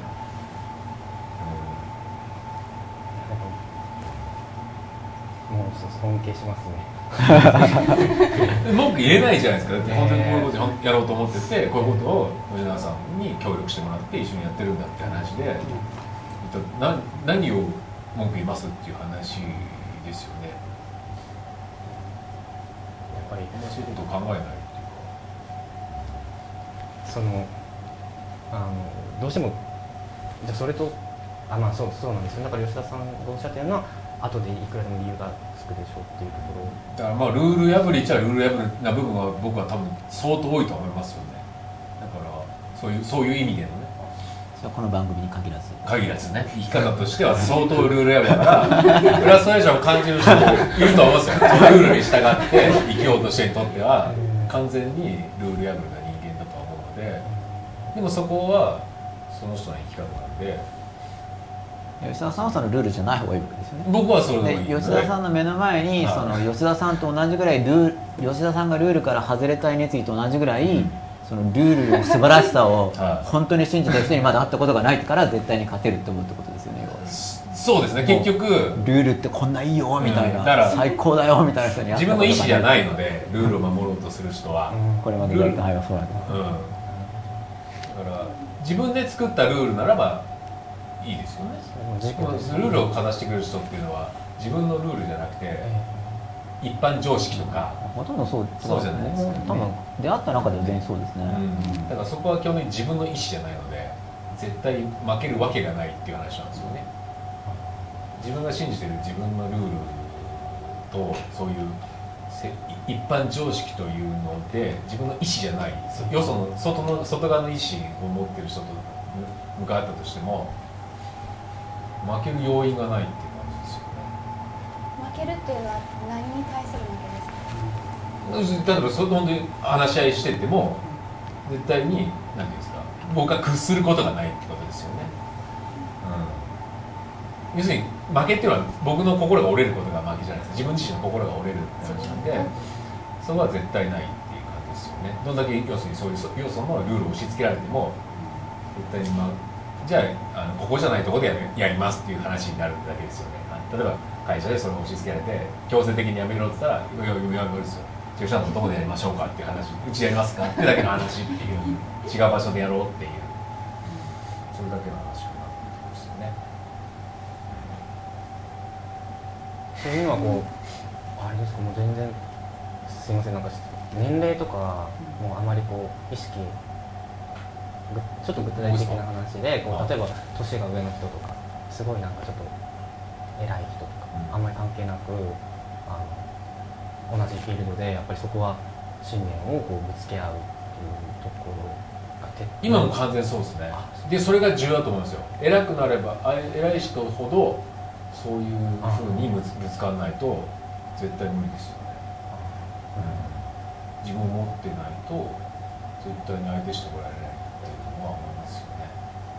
もう尊敬しますね。 文句言えないじゃないですか。だって本当にこういうことやろうと思ってて、こういうことを吉永さんに協力してもらって一緒にやってるんだって話で、な何を文句言いますっていう話ですよね。やっぱりそういうことを考えないっていうか、 そのあのどうしてもじゃあそれとあまあそうそうなんですよ。だから吉田さんがおっしゃってるのは後でいくらでも理由がつくでしょうっていうところ。 だからまあルール破りっちゃルール破りな部分は僕は多分相当多いと思いますよね。だからそういうそういう意味でのね。 この番組に限らず限らずね、生き方としては相当ルール破りだからフラストレーションを感じる人もいると思いますよ。そのルールに従って生きようとしてにとっては完全にルール破りな人間だと思うので、でもそこはその人の生き方なんで、 吉田さんはそのルールじゃない方がいいわけですよね。 僕はそれがいい。 で吉田さんの目の前に、はい、その吉田さんと同じぐらいルー吉田さんがルールから外れたい熱意と同じぐらい、うん、そのルールの素晴らしさを本当に信じてる人にまだ会ったことがないから絶対に勝てるって思うってことですよね。 そうですね。結局ルールってこんないいよみたいな、うん、だから最高だよみたいな人に会ったことがない。 自分の意思じゃないのでルールを守ろうとする人は、 うん、これまで言われたはいそうだけど、 うん、だから自分で作ったルールならばいいですよね。ルールをかざしてくれる人っていうのは自分のルールじゃなくて、えー、一般常識とかほとんどそうそうじゃないですか、ね、 多分出会った中では全員そうですね、 うん、だからそこは基本的に自分の意思じゃないので絶対負けるわけがないっていう話なんですよね。自分が信じてる自分のルールとそういう一般常識というので自分の意思じゃないよその 外の外側の意思を持ってる人と向かったとしても負ける要因がないっていう感じですよね。 負けるっていうのは何に対する負けですか？ 例えばそれ本当に話し合いしてても絶対に何ていうんですか僕が屈することがないってことですよね、うん、要するに負けっていうのは僕の心が折れることが負けじゃないですか。自分自身の心が折れるって話なんでそこは絶対ないっていう感じですよね。どんだけ要するにそういう要素のルールを押し付けられても絶対に、まあ、じゃあ、あのここじゃないところで や, やりますっていう話になるだけですよね。例えば会社でそれを押し付けられて強制的にやめろって言ったらいやいやいや無理ですよ。じゃあどこでやりましょうかっていう話、うちやりますかってだけの話っていう違う場所でやろうっていうそれだけの話かなってことですよね。 そういうのはこうあれですかもう全然すいませんなんか年齢とかもうあまりこう意識ちょっと具体的な話でこう例えば年が上の人とかすごいなんかちょっと偉い人とか、うん、あんまり関係なくあの同じフィールドでやっぱりそこは信念をこうぶつけ合うっていうところが徹底。 今も完全そうですね。でそれが重要だと思うんですよ。偉くなれば偉い人ほどそういうふうにぶつからないと絶対無理ですよね、うん、自分を持ってないと絶対に相手してもらえないっていうのは思いますよね。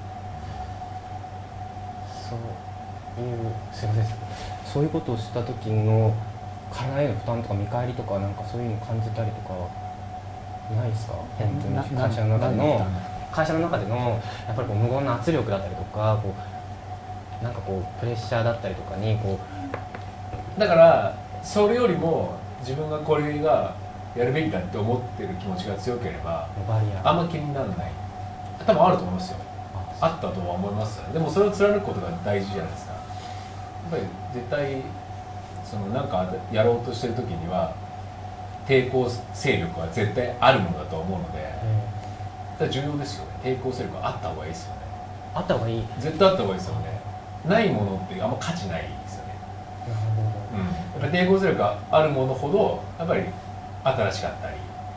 そういうすいませんそういうことをした時の体への負担とか見返りとかなんかそういうの感じたりとかないですか？本当に会社の中での会社の中でのやっぱりこう無言の圧力だったりとかこうなんかこうプレッシャーだったりとかにこうだからそれよりも自分がこれがやるべきだって思ってる気持ちが強ければあんま気にならない多分あると思いますよ。あったとは思いますよね。でもそれを貫くことが大事じゃないですか。やっぱり絶対そのなんかやろうとしてる時には抵抗勢力は絶対あるものだと思うので、だから重要ですよね。抵抗勢力はあった方がいいですよね。 あった方がいい。 絶対あった方がいいですよね。ないものってあんま価値ないですよね。なるほど。うん、やっぱり抵抗勢力があるものほどやっぱり新しかったり、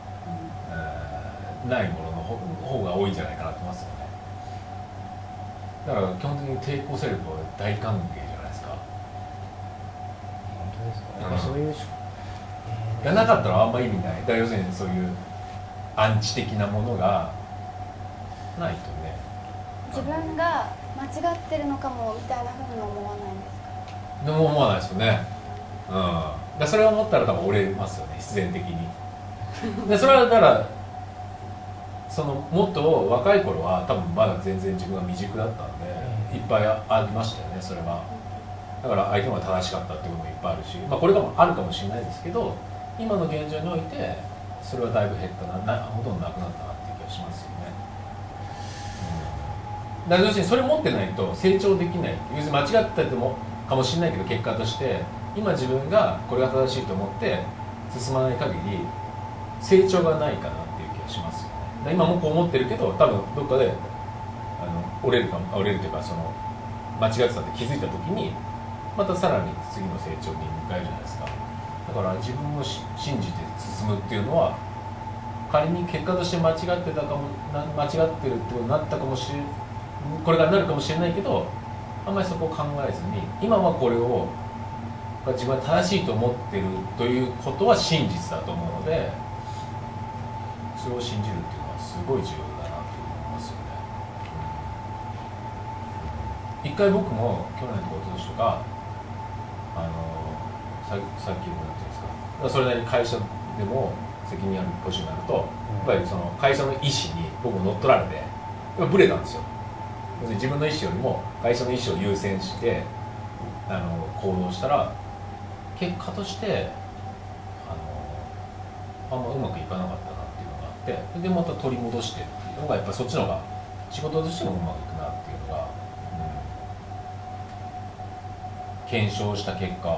うん、ないものの方が多いんじゃないかなと思いますよね。だから基本的に抵抗勢力は大歓迎じゃないですか。 本当ですか。なんかそういう、 やらなかったらあんま意味ない。だから要するにそういうアンチ的なものがないとね。 自分が間違ってるのかもみたいなふうに思わないんですか？ でも思わないですよね。うん。だそれを思ったら多分折れますよね。必然的に。でそれはだからそのもっと若い頃は多分まだ全然自分が未熟だったんで、いっぱいありましたよね。それは。だから相手も正しかったっていうこともいっぱいあるし、まあこれがあるかもしれないですけど、今の現状においてそれはだいぶ減ったな、なほとんどなくなったなっていう気がしますよね。うん、だから要するにそれ持ってないと成長できない。要するに間違っててもかもしれないけど結果として今自分がこれが正しいと思って進まない限り成長がないかなっていう気がしますよね。今もこう思ってるけど多分どっかであの折れるか折れるというかその間違ってたって気づいた時にまたさらに次の成長に向かえるじゃないですか。だから自分を信じて進むっていうのは仮に結果として間違ってたかも間違ってるってことになったかもしれこれがなるかもしれないけどあんまりそこを考えずに今はこれを自分は正しいと思ってるということは真実だと思うのでそれを信じるっていうのはすごい重要だ一回僕も去年とか一昨年とかあのさ, さっき言ったんですか、それなりに会社でも責任あるポジションになると、やっぱりその会社の意思に僕も乗っ取られてやっぱブレたんですよ。要するに自分の意思よりも会社の意思を優先してあの行動したら結果としてあのあんまうまくいかなかったなっていうのがあって、でまた取り戻してっていうのがやっぱりそっちの方が仕事としてもうまくいくなっていうのが、うん、検証した結果あ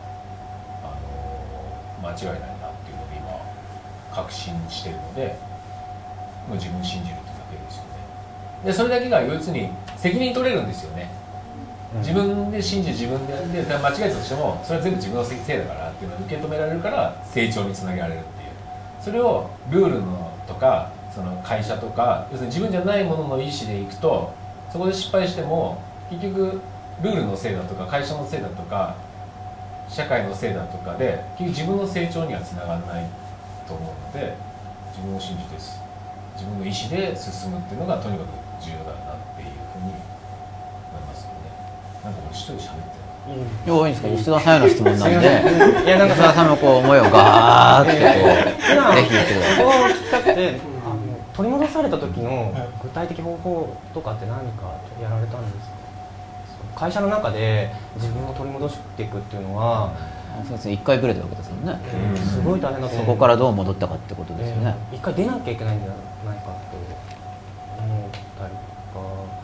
の間違いないなっていうので今確信してるので、もう自分信じるってだけですよね。でそれだけが唯一に責任取れるんですよね。自分で信じ自分でで間違えたとしてもそれは全部自分のせいだからっていうのを受け止められるから成長につなげられるっていう、それをルールのとかその会社とか要するに自分じゃないものの意思でいくと、そこで失敗しても結局ルールのせいだとか会社のせいだとか社会のせいだとかで結局自分の成長にはつながらないと思うので、自分を信じて自分の意思で進むっていうのがとにかく重要だなっていうふうに思いますよね。なんか俺一人で喋ってる。 いいんですか、吉田さんへの質問なんで、いやなんか吉田さんのこう思いをガーってこうぜひ言ってください。 そこを聞きたくて、あの取り戻された時の具体的方法とかって何かやられたんですか。会社の中で自分を取り戻していくっていうのは、 そうですね、一回ブレたわけですよね。 うん、すごい大変だと思う。 そこからどう戻ったかってことですよね。 一回出なきゃいけないんじゃないかと思ったりとか。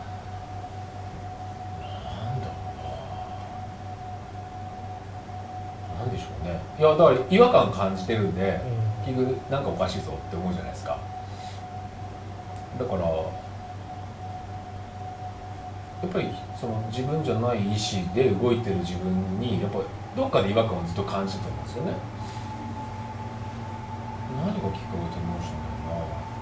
なんだろうな。なんでしょうね。いやだから違和感感じてるんで、うん、結局なんかおかしいぞって思うじゃないですか。だからやっぱりその自分じゃない意思で動いてる自分にやっぱりどっかで違和感をずっと感じてたんですよね。何がきっかけで取り戻したんだろうな。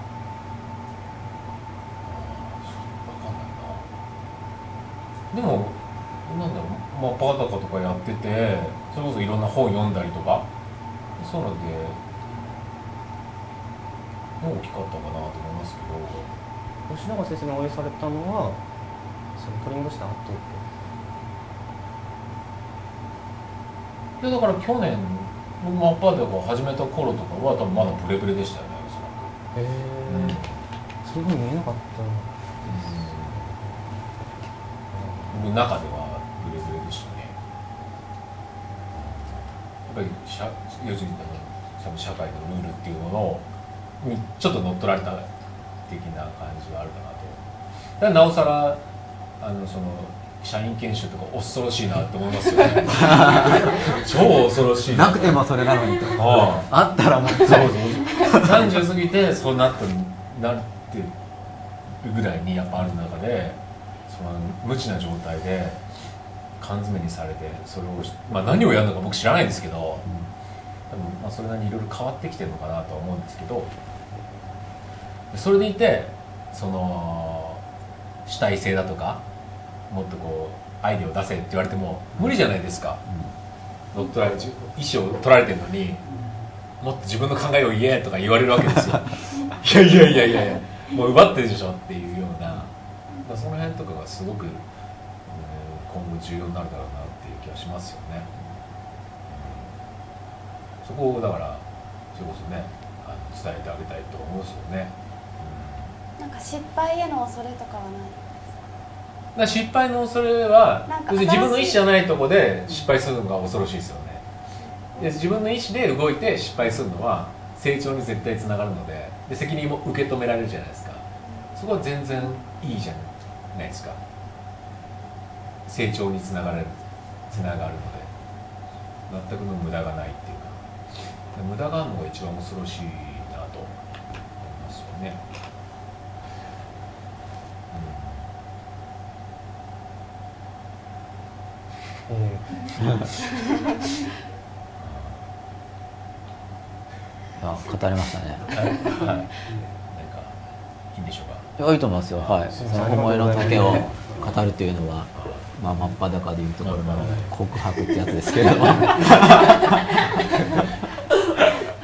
分かんないな。でもなんだろう、まあバカとかやってて、それこそいろんな本読んだりとか、そういうので大きかったかなと思いますけど。 吉永先生にお会いされたのはその取り戻した後。 でだから去年マッパーとか始めた頃とかは多分まだブレブレでしたよね、おそらく。 へえ、うん、そういうふうに見えなかった、 うん、中ではブレブレでしたね。やっぱり社要するに社会のルールっていうものにちょっと乗っ取られた的な感じはあるかなと。だからなおさらあのその社員研修とか恐ろしいなって思いますよね。超恐ろしいな。 なくてもそれなのにと。ああ、あったらもうそうそうさんじゅう過ぎてそうなってなってるぐらいにやっぱある中で、その無知な状態で缶詰にされて、それを、まあ、何をやるのか僕知らないんですけど、うん、多分まあそれなりにいろいろ変わってきてるのかなとは思うんですけど、それでいてその主体性だとかもっとこうアイデアを出せって言われても無理じゃないですか。乗っ取られ意思を取られてるのにもっと自分の考えを言えとか言われるわけですよ。いやいやいやいやいやもう奪ってるでしょっていうような、その辺とかがすごく、うん、今後重要になるだろうなっていう気がしますよね。そこをだからそれこそねあの伝えてあげたいと思うんですよね。 なんか失敗への恐れとかはないだ失敗の恐れは自分の意思じゃないところで失敗するのが恐ろしいですよね。で自分の意思で動いて失敗するのは成長に絶対つながるの で, で責任も受け止められるじゃないですか。そこは全然いいじゃないですか。成長につながれるつながるので全くの無駄がないっていうか、無駄があるのが一番恐ろしいなと思いますよね。 うんあ、語れましたね。 はい、なんかいいんでしょうか。 いや、いいと思いますよ。はい。その思いの丈を語るというのは、まあ真っ裸でいうところの告白ってやつですけれども。いいと思います。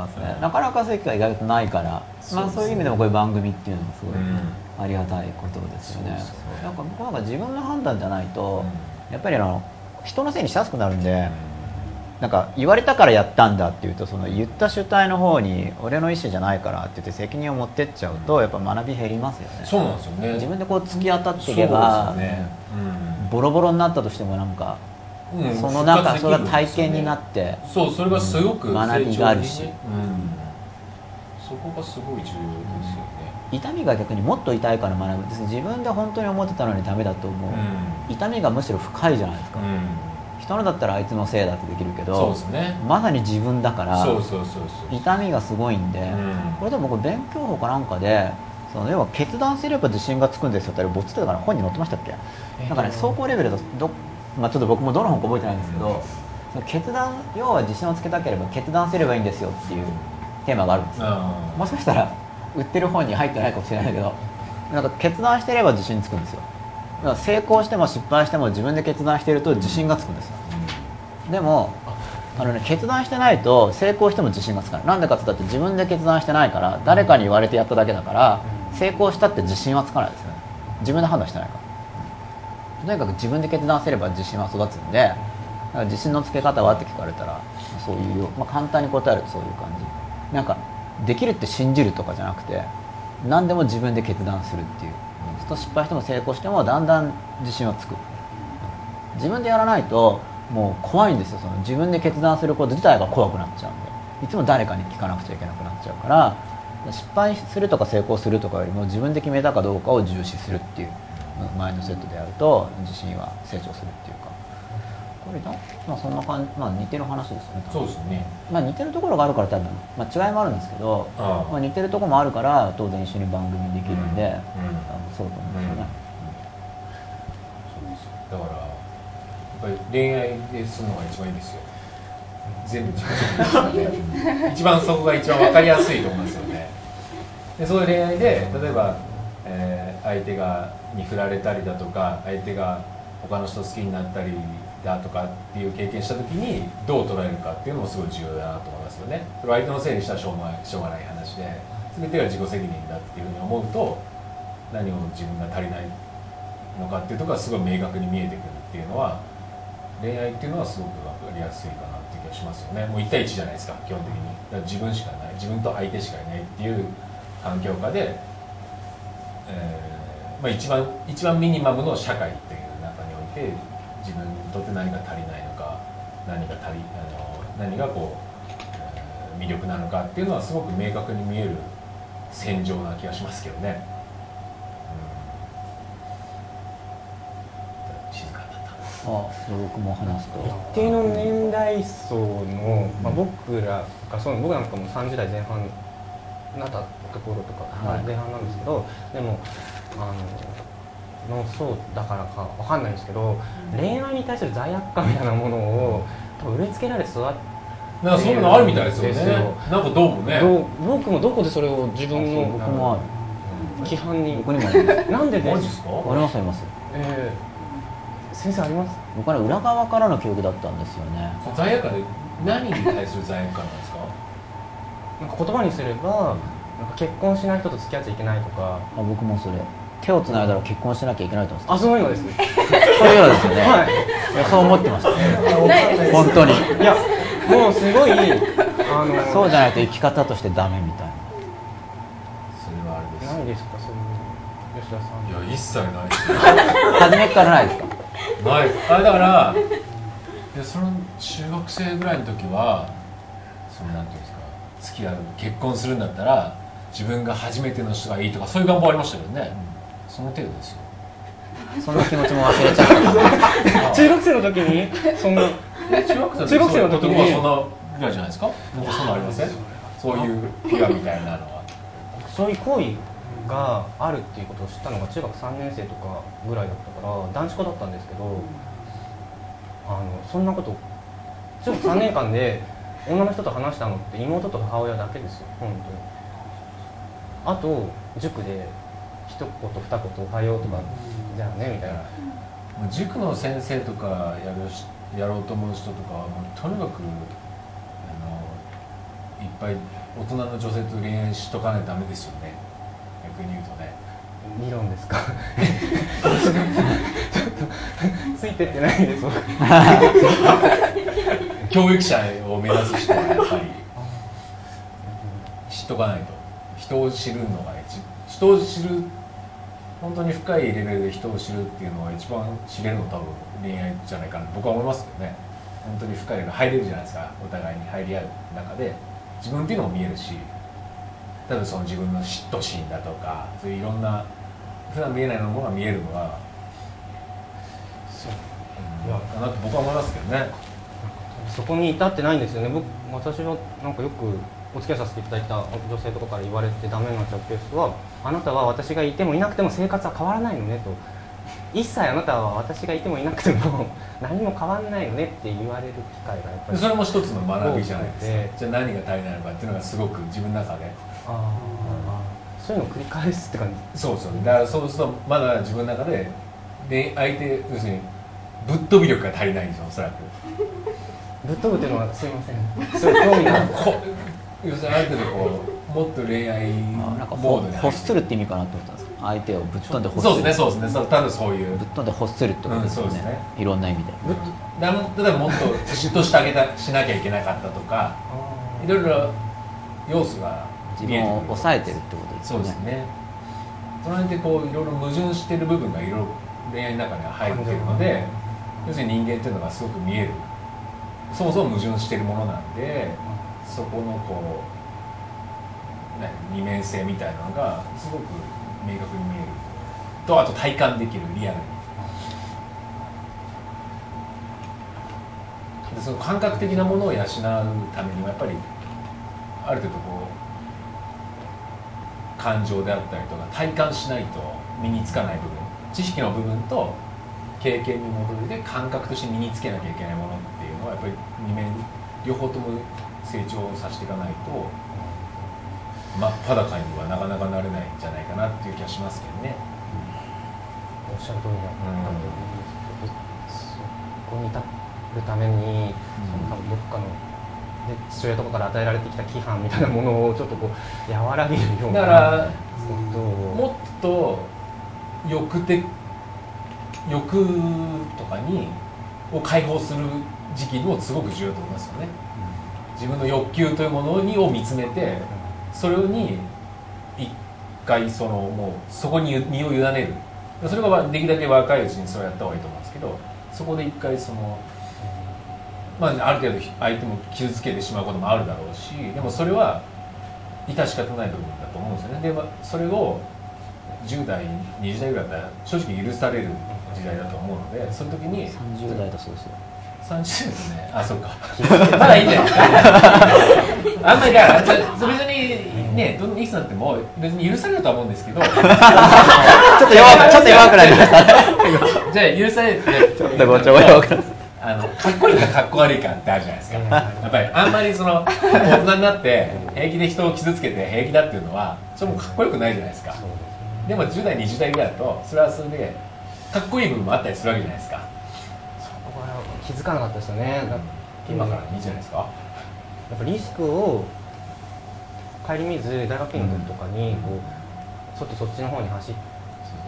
ますね。なかなかそういう機会意外とないから、そう、まあ、そういう意味でもこういう番組っていうのもすごいありがたいことですよね。うん、なんか僕なんか自分の判断じゃないと、うん、やっぱりあの人のせいにしやすくなるんで、うん、なんか言われたからやったんだっていうと、その言った主体の方に俺の意思じゃないからって言って責任を持ってっちゃうと、やっぱ学び減りますよね。 そうなんですよね。 自分でこう突き当たっていけば、ね、うん、ボロボロになったとしてもなんか、うん、そのなんかそれが体験になって、 そう、それがすごく学びがあるし、うん、 そこがすごい重要ですよね。 痛みが逆にもっと痛いから学ぶ。自分で本当に思ってたのにダメだと思う、うん、痛みがむしろ深いじゃないですか、うん、人のだったらあいつのせいだってできるけど、 そうですね、 まさに自分だからそうそうそうそう、 痛みがすごいんで、うん、これでも僕勉強法かなんかでその要は決断すれば自信がつくんですよってボツってだから本に載ってましたっけ、なんかね、走行レベルだとど、まあ、ちょっと僕もどの本か覚えてないんですけど、うん、その決断、要は自信をつけたければ決断すればいいんですよっていうテーマがあるんですよ、うん、もしかしたら売ってる本に入ってないかもしれないけど、なんか決断してれば自信つくんですよ。だから成功しても失敗しても自分で決断していると自信がつくんですよ。でもあの、ね、決断してないと成功しても自信がつかない。なんでかって言ったら自分で決断してないから、誰かに言われてやっただけだから、成功したって自信はつかないですよね。自分で判断してないから。とにかく自分で決断すれば自信は育つんで、だから自信のつけ方はって聞かれたらそういう、まあ、簡単に答えるとそういう感じ。なんかできるって信じるとかじゃなくて、何でも自分で決断するっていう、うん、失敗しても成功してもだんだん自信はつく。自分でやらないともう怖いんですよ。その自分で決断すること自体が怖くなっちゃうんで、いつも誰かに聞かなくちゃいけなくなっちゃうから、失敗するとか成功するとかよりも自分で決めたかどうかを重視するっていうマインドセットでやると自信は成長するっていうか、これだ、まあ、そんな感じ、まあ、似てる話ですよね。 そうですね、 まあ、似てるところがあるから多分、まあ、違いもあるんですけど、あまあ、似てるところもあるから当然一緒に番組できるんで、うんうん、そうと思うんですよね、 うん、そうですよ。だからやっぱり恋愛でするのが一番いいですよ。全部自己責任ですからね一番そこが一番分かりやすいと思うんですよね。でそういう恋愛で例えば、えー、相手がに振られたりだとか、相手が他の人好きになったりだとかっていう経験した時にどう捉えるかっていうのもすごい重要だなと思いますよね。それ相手のせいにしたらしょうがない、しょうがない話で、全てが自己責任だっていうふうに思うと、何を自分が足りないのかっていうところがすごい明確に見えてくるっていうのは、恋愛っていうのはすごく分かりやすいかなっていう気がしますよね。もういち対いちじゃないですか、基本的に。だから自分しかない、自分と相手しかいないっていう環境下で、えーまあ、一番一番ミニマムの社会っていう中において自分にとって何が足りないのか、何が足りあの何がこう、えー、魅力なのかっていうのはすごく明確に見える戦場な気がしますけどね。うん、静かになった。 あ、僕も話すと一定の年代層の、まあ、僕らがそう僕なんかもさんじゅう代前半になったところとか、はい、前半なんですけど、でもあののそうだからかわかんないですけど、恋愛に対する罪悪感みたいなものを多分植え付けられて育って、 なんかそういうのあるみたいですよね。なんかどうもね。 僕もどこでそれを自分の僕もある規範に。 僕にもあります。 なんでですか？ マジですか？ ありますあります。 えー、先生あります？ 僕は裏側からの教育だったんですよね。 罪悪感で何に対する罪悪感なんですか？ なんか言葉にすれば、なんか結婚しない人と付き合っちゃいけないとか。 あ、僕もそれ。手をつないだら結婚しなきゃいけないと思って。 あ、そういうのです。 そういうのですよね。はい。いや、そう思ってました。本当に。 いや、もうすごいあのそうじゃないと生き方としてダメみたいな。 それはあれです。 ないですか、そういう吉田さん。 いや、一切ないです。 初めからないですか？ ない。あれだからでその中学生ぐらいの時はそのなんていうんですか、付き合う結婚するんだったら自分が初めての人がいいとかそういう願望ありましたけどね、うん、その程度ですよ。 そんな気持ちも忘れちゃった中学生の時にそんな中学生の時にそんなぐらいじゃないですか。なんかそんなありません？そういうピュアみたいなのは。 そういう行為があるっていうことを知ったのが中学さんねん生とかぐらいだったから男子校だったんですけど、あのそんなこと中学さんねんかんで女の人と話したのって妹と母親だけですよ、本当に。あと塾で一言二言おはようとか、じゃあねみたいな。 塾の先生とかやるやろうと思う人とかはもうとにかくあの一ぱい大人の女性と恋愛しとかないとダメですよね、逆に言うとね。 理論ですかちょっとついてってないです教育者を目指す人はやっぱり知っとかないと。人を知るのが人を知る本当に深いレベルで人を知るっていうのが一番知れるの多分恋愛じゃないかなと僕は思いますけどね。本当に深いレベル入れるじゃないですか、お互いに入り合う中で自分っていうのも見えるし、多分その自分の嫉妬心だとかそういういろんな普段見えないものが見えるのはそうかなと僕は思いますけどね。 そこに至ってないんですよね。僕私はなんかよくお付き合いさせていただいた女性とかから言われてダメになっちゃうケースは、あなたは私がいてもいなくても生活は変わらないのねと、一切あなたは私がいてもいなくても何も変わらないのねって言われる機会がやっぱりそれも一つの学びじゃないですか。じゃあ何が足りないのかっていうのがすごく自分の中でああそういうのを繰り返すって感じ。 そうそう、だからそうするとまだ自分の中でで相手要するにぶっ飛び力が足りないんですよ、おそらく。 ぶっ飛ぶっていうのはすいません、そういう興味が要するにある程度こうもっと恋愛モードに欲するって意味かなと思ったんです。相手をぶっ飛んで欲する。 そうですね、そうですね、多分そういうぶっ飛んで欲するってことですよね、うん、そうですね、いろんな意味で。 だ例えばもっと嫉妬してあげたしなきゃいけなかったとかいろいろ要素が自分を抑えてるってことですね。 そうですね。その辺でこういろいろ矛盾してる部分がいろいろ恋愛の中には入っているので、要するに人間っていうのがすごく見える、そもそも矛盾しているものなんで、そこのこう、ね、二面性みたいなのがすごく明確に見えると、あと体感できるリアルに。でその感覚的なものを養うためにはやっぱりある程度こう感情であったりとか体感しないと身につかない部分、知識の部分と経験に戻りで感覚として身につけなきゃいけないものっていうのはやっぱり二面両方とも成長させていかないと真っ裸にはなかなかなれないんじゃないかなっていう気がしますけどね。 おっしゃる通りだなと思います。そこに至るために、うん、その多分どっかので父親とかから与えられてきた規範みたいなものをちょっとこう和らげるような。 だからもっと欲的欲とかにを解放する時期もすごく重要だと思いますよね、うん、自分の欲求というものにを見つめて、それに一回そのもうそこに身を委ねる、それができるだけ若いうちにそうやった方がいいと思うんですけど、そこで一回その、まあ、ある程度相手も傷つけてしまうこともあるだろうし、でもそれは致し方ない部分だと思うんですよね。でそれをじゅう代にじゅう代ぐらいだったら正直許される時代だと思うので、その時にさんじゅう代だそうですよ。 さんじゅうですね。あ、そうか。まだいいんじゃないですか。あんまりだから別にね、どんなにいくつになっても別に許されるとは思うんですけど、ちょっと弱くちょっと弱くなりました。 じゃあ許されてちょっとごちょご弱くなる。 あのかっこいいかかっこ悪いかってあるじゃないですか。やっぱりあんまりその大人になって平気で人を傷つけて平気だっていうのはそれもかっこよくないじゃないですか。でもじゅう代にじゅう代ぐらいだとそれはそれでかっこいい部分もあったりするわけじゃないですか。 そこは気づかなかったですよね。 今からいいじゃないですか。 やっぱリスクを顧みず大学院の時とかにこうちょっとそっちの方に走って、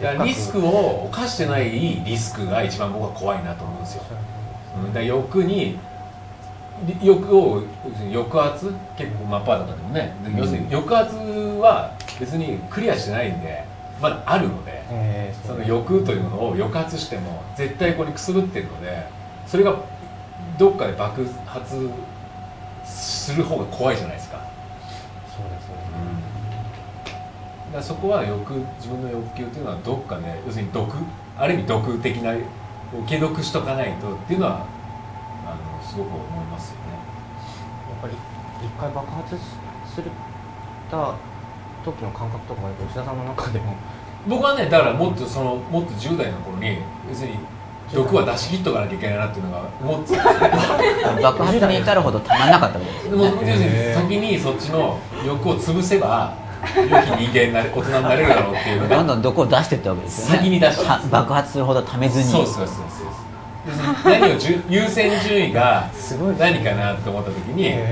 いやリスクを犯してないリスクが一番僕は怖いなと思うんですよ。うん、だから欲に欲を抑圧結構真っ裸でもね、要するに抑圧は別にクリアしてないんでまだあるので、えー、その欲というものを抑圧しても絶対ここにくすぶってるので、それがどっかで爆発する方が怖いじゃないですか。 そうですね、 うん、だからそこは欲自分の欲求というのはどっかで要するに毒ある意味毒的な解毒しとかないとっていうのはあのすごく思いますよね。 やっぱり一回爆発するた時の感覚とかが吉田さんの中でも僕はねだからもっとそのもっとじゅう代の頃に要するに毒は出し切っとかなきゃいけないなっていうのが思ってたんですね。 爆発に至るほどたまんなかったわけですよね。 でも要するに先にそっちの欲を潰せば良き人間になれ大人になれるだろうっていうのがどんどん毒を出していったわけですよね。 先に出して爆発するほどためずに。 そうそうそうそう何を優先順位が何かなと思った時に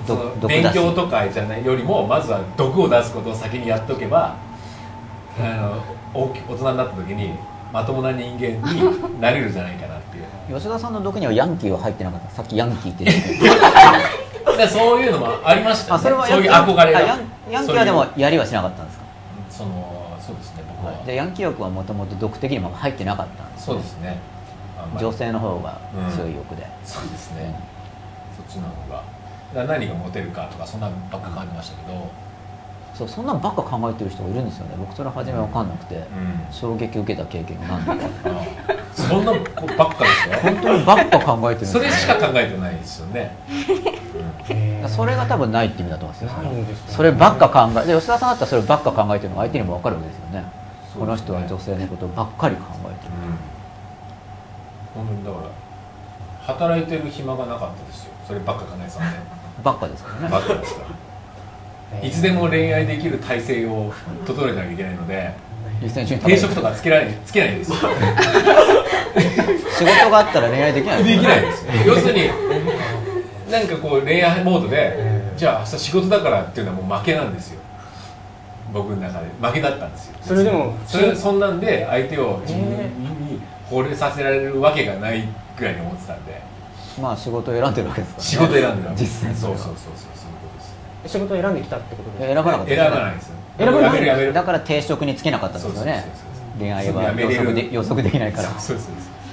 その勉強とかじゃないよりもまずは毒を出すことを先にやっとけばあの大き大人になった時にまともな人間になれるんじゃないかなっていう吉田さんの毒にはヤンキーは入ってなかった。さっきヤンキーって言ってたでそういうのもありましたね。 あ、それはそういう憧れがヤン、ヤンキーはでもやりはしなかったんですか。 そのそうですね、僕は、はい、 でヤンキー欲はもともと毒的にも入ってなかったんです、ね、 そうですね、 女性の方が強い欲で、 うん、そうですね、うん、そっちの方がだ何がモテるかとかそんなばっか考えてましたけど、 そうそんなんばっか考えてる人がいるんですよね。僕それ初め分かんなくて、うん、衝撃受けた経験が何度かそんなばっかですか。 本当にばっか考えてるんですよ、ね、 それしか考えてないですよね、 うん、それが多分ないって意味だと思うんですよ、ね、そればっか考えで吉田さんだったらそればっか考えてるのが相手にも分かるわけですよね。この人は女性のことばっかり考えてる、 うん、本当にだから働いてる暇がなかったですよ。そればっか考えてたんでばっかですからね。 ばっかですからいつでも恋愛できる体制を整えなきゃいけないので定職とかつけられつけないんですよ仕事があったら恋愛できないできないですよ。要するになんかこう恋愛モードでじゃあ明日仕事だからっていうのはもう負けなんですよ。僕の中で負けだったんですよ。 それでもそれそんなんで相手を自分に惚れさせられるわけがないぐらいに思ってたんで、 まあ仕事を選んでるわけですからね。 仕事選んでるわけです。 実際そうそうそうそうそういうことです。 仕事を選んできたってことですか。 選ばなかったです、ね、 選ばないですよ。 選ばない。 やめるやめる。 だから定職につけなかったんですよね。恋愛は予測で予測できないから。 そうそうそう。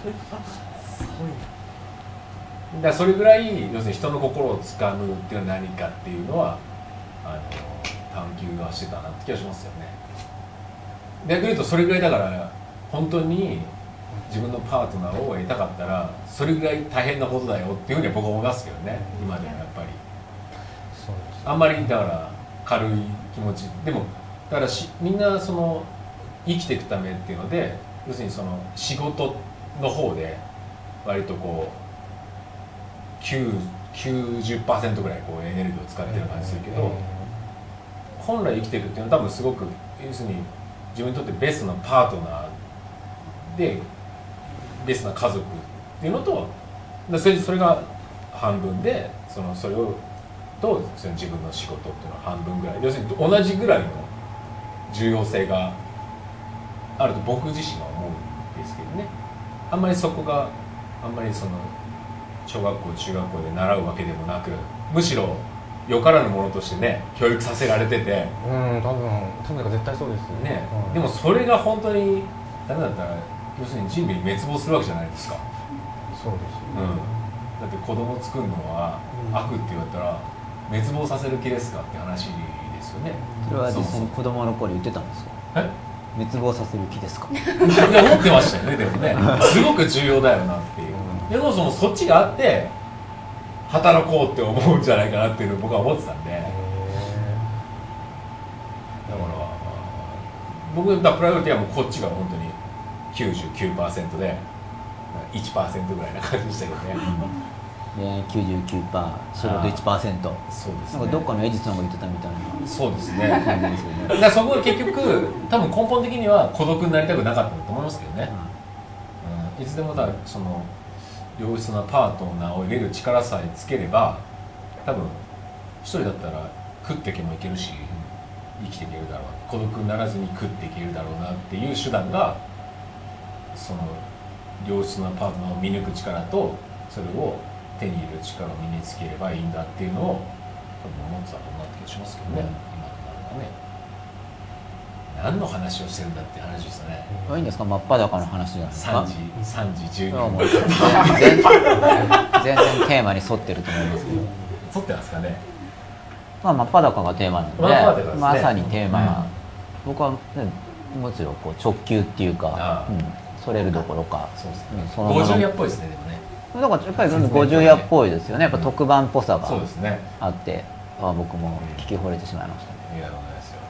だからそれぐらい要するに人の心をつかむっていうのは何かっていうのはあの探求はしてたなって気がしますよね。逆に言うとそれぐらいだから本当に自分のパートナーを得たかったらそれぐらい大変なことだよっていうふうには僕は思いますけどね。今でもやっぱりそうです、ね、あんまりだから軽い気持ちでもだからしみんなその生きていくためっていうので要するにその仕事の方で割とこうきゅうじゅっパーセントぐらいこうエネルギーを使ってる感じするけど、本来生きていくっていうのは多分すごく要するに自分にとってベストなパートナーでベストな家族っていうのとそれ、それが半分でそのそれをとその自分の仕事っていうのは半分ぐらい要するに同じぐらいの重要性があると僕自身は思うんですけどね。あんまりそこがあんまりその小学校中学校で習うわけでもなくむしろよからぬものとしてね教育させられててうん多分多分絶対そうですね、うん、でもそれが本当にダメだったら要するに人類滅亡するわけじゃないですか。 そうですよね、うん、だって子供作るのは悪って言われたら滅亡させる気ですかって話ですよね。 それは実際に子供の頃言ってたんですか。え滅亡させる気ですか。 いや思ってましたよね。でもねすごく重要だよなっていう、うん、でもそのそっちがあって働こうって思うんじゃないかなっていうのを僕は思ってたんで、だから僕のプライオリティはもうこっちが本当に きゅうじゅうきゅうパーセント で いちパーセント ぐらいな感じでしたけどね。 ね、きゅうじゅうきゅうパーセント 仕事 いちパーセント。 そうですね。 なんかどっかのエジソンが言ってたみたいな。 そうですね。だからそこは結局多分根本的には孤独になりたくなかったと思いますけどね。うん、いつでもだその良質なパートナーを入れる力さえつければ多分一人だったら食っていけもいけるし生きていけるだろう、孤独にならずに食っていけるだろうなっていう手段がその良質なパートナーを見抜く力とそれを手に入れる力を身につければいいんだっていうのを多分思ってたと思って気がしますけどね、うん、今となるとね何の話をしてるんだって話ですよね。 いいんですか、真っ裸の話じゃないですか。 さんじさんじじゅうにふん全然全然テーマに沿ってると思いますけど。 沿ってますかね。 まあ真っ裸がテーマなので、 ね、 まさにテーマ、うん、僕は、ね、もちろんこう直球っていうか、うん、それるどころか、 そうですね、うん、ごじゅう夜っぽいですね。でもねだからやっぱりごじゅう夜っぽいですよね。やっぱ特番っぽさがそうですねあって、ああ僕も聞き惚れてしまいましたね。 いやそうですよ。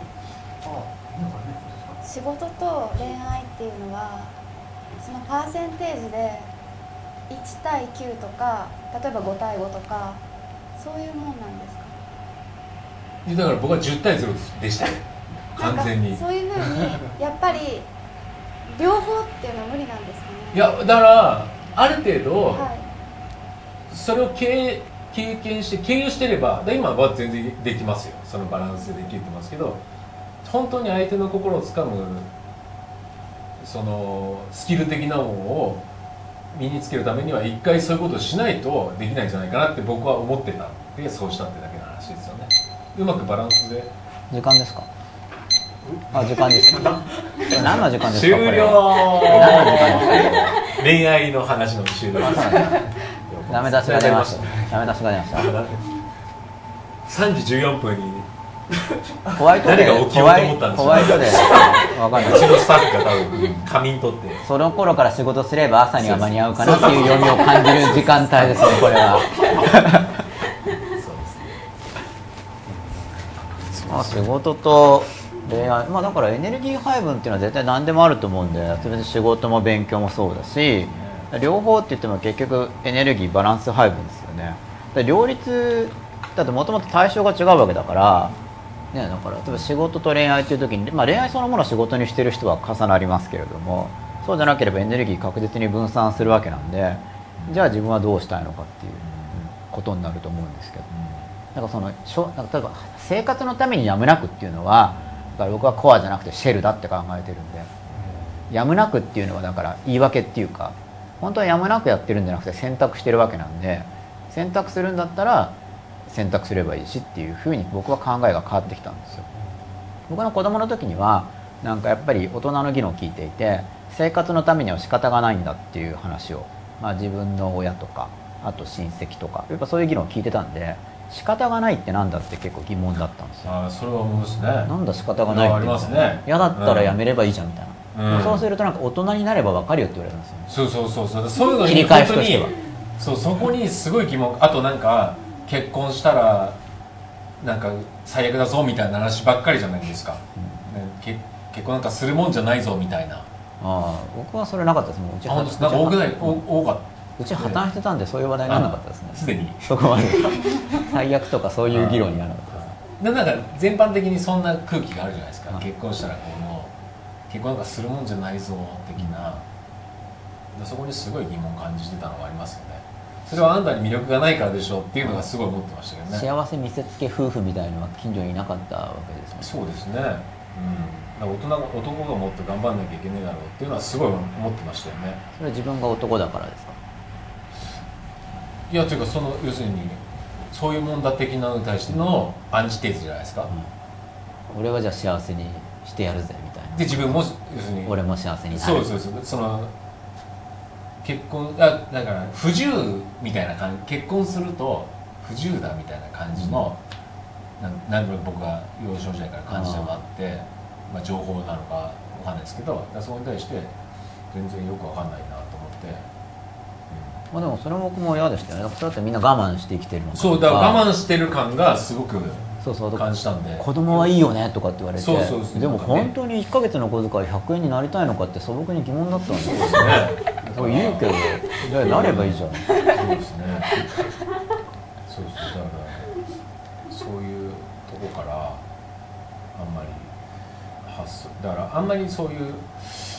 仕事と恋愛っていうのはそのパーセンテージでいち対きゅうとか例えばご対ごとかそういうもんなんですか。 だから僕はじゅう対ゼロでしたよ完全に。 そういうふうにやっぱり両方っていうのは無理なんですかね。 いやだからある程度、 はい、 それを経経験して経由してれば今は全然できますよ、そのバランスでできてますけど、本当に相手の心をつかむそのスキル的なものを身につけるためには一回そういうことをしないとできないんじゃないかなって僕は思ってたんで、そうしたってだけの話ですよね。うまくバランスで。 時間ですか？あ、時間ですか？何の時間ですか？ 終了。 何の時間ですか？ 恋愛の話の終了です。 ダメ出しが出ました。ダメ出しが出ました。 さんじじゅうよんぷんにホワイトデー、 何が起きようと思ったんでしょう。 ホワイトデー、わかんない。 うちのスタッフが多分仮眠取って。 その頃から仕事すれば朝には間に合うかなっていう読みを感じる時間帯ですね、これは。まあ仕事と恋愛、まあだからエネルギー配分っていうのは絶対何でもあると思うんで、それで仕事も勉強もそうだし、両方って言っても結局エネルギーバランス配分ですよね。で両立だってもともと対象が違うわけだから、ね、だから例えば仕事と恋愛っていう時に、まあ、恋愛そのものを仕事にしてる人は重なりますけれども、そうじゃなければエネルギー確実に分散するわけなんで、じゃあ自分はどうしたいのかっていうことになると思うんですけど、なんかそのしょなんか例えば生活のためにやむなくっていうのはだから僕はコアじゃなくてシェルだって考えてるんで、やむなくっていうのはだから言い訳っていうか、本当はやむなくやってるんじゃなくて選択してるわけなんで、選択するんだったら選択すればいいしっていうふうに僕は考えが変わってきたんですよ。僕の子供の時にはなんかやっぱり大人の議論を聞いていて、生活のためには仕方がないんだっていう話を、まあ、自分の親とかあと親戚とかやっぱそういう議論を聞いてたんで、仕方がないってなんだって結構疑問だったんですよ。 ああ、それは思いますね。 なんだ仕方がないってありますね。 嫌だったらやめればいいじゃんみたいな、うん、そうするとなんか大人になれば分かるよって言われるんですよね。 そうそうそうそう、そういうのに切り返しとしてはそう、そこにすごい疑問。あとなんか結婚したらなんか最悪だぞみたいな話ばっかりじゃないですか、うんね、け結婚なんかするもんじゃないぞみたいな。ああ、僕はそれなかったです。もううちはなんか多くない、お多かった。 うち破綻してたんでそういう話題にならなかったですね。 すでにそこまで最悪とかそういう議論にならなかったです。 でなんか全般的にそんな空気があるじゃないですか。結婚したらこうもう結婚なんかするもんじゃないぞ的な、でそこにすごい疑問を感じてたのがありますよね。それはあんたに魅力がないからでしょっていうのがすごい思ってましたけどね。 幸せ見せつけ夫婦みたいなのは近所にいなかったわけですね。 そうですね、うん、大人が男がもっと頑張んなきゃいけないだろうっていうのはすごい思ってましたよね。 それは自分が男だからですか？ いやというか、その要するにそういうもんだ的なのに対してのアンチテーゼじゃないですか、 うん、俺はじゃあ幸せにしてやるぜみたいな。 で自分も要するに俺も幸せになる。 そうそうそう、その結婚あだから不自由みたいな感じ、結婚すると不自由だみたいな感じの、うん、なんとなく僕が幼少時代から感じたのがあって、まあ、情報なのかわかんないですけど、そこに対して全然よくわかんないなと思って。 まあ、でもそれも僕も嫌でしたよね。だってみんな我慢して生きてるのか。 そうだから我慢してる感がすごく感じたんで、 子供はいいよねとかって言われて、 そうそうそう、 でも本当にいっかげつの小遣いひゃくえんになりたいのかって素朴に疑問だったんですよ。そう言うけど、じゃあなればいいじゃん。そうですね。そうそう、だからそういうとこからあんまり発想だからあんまりそういう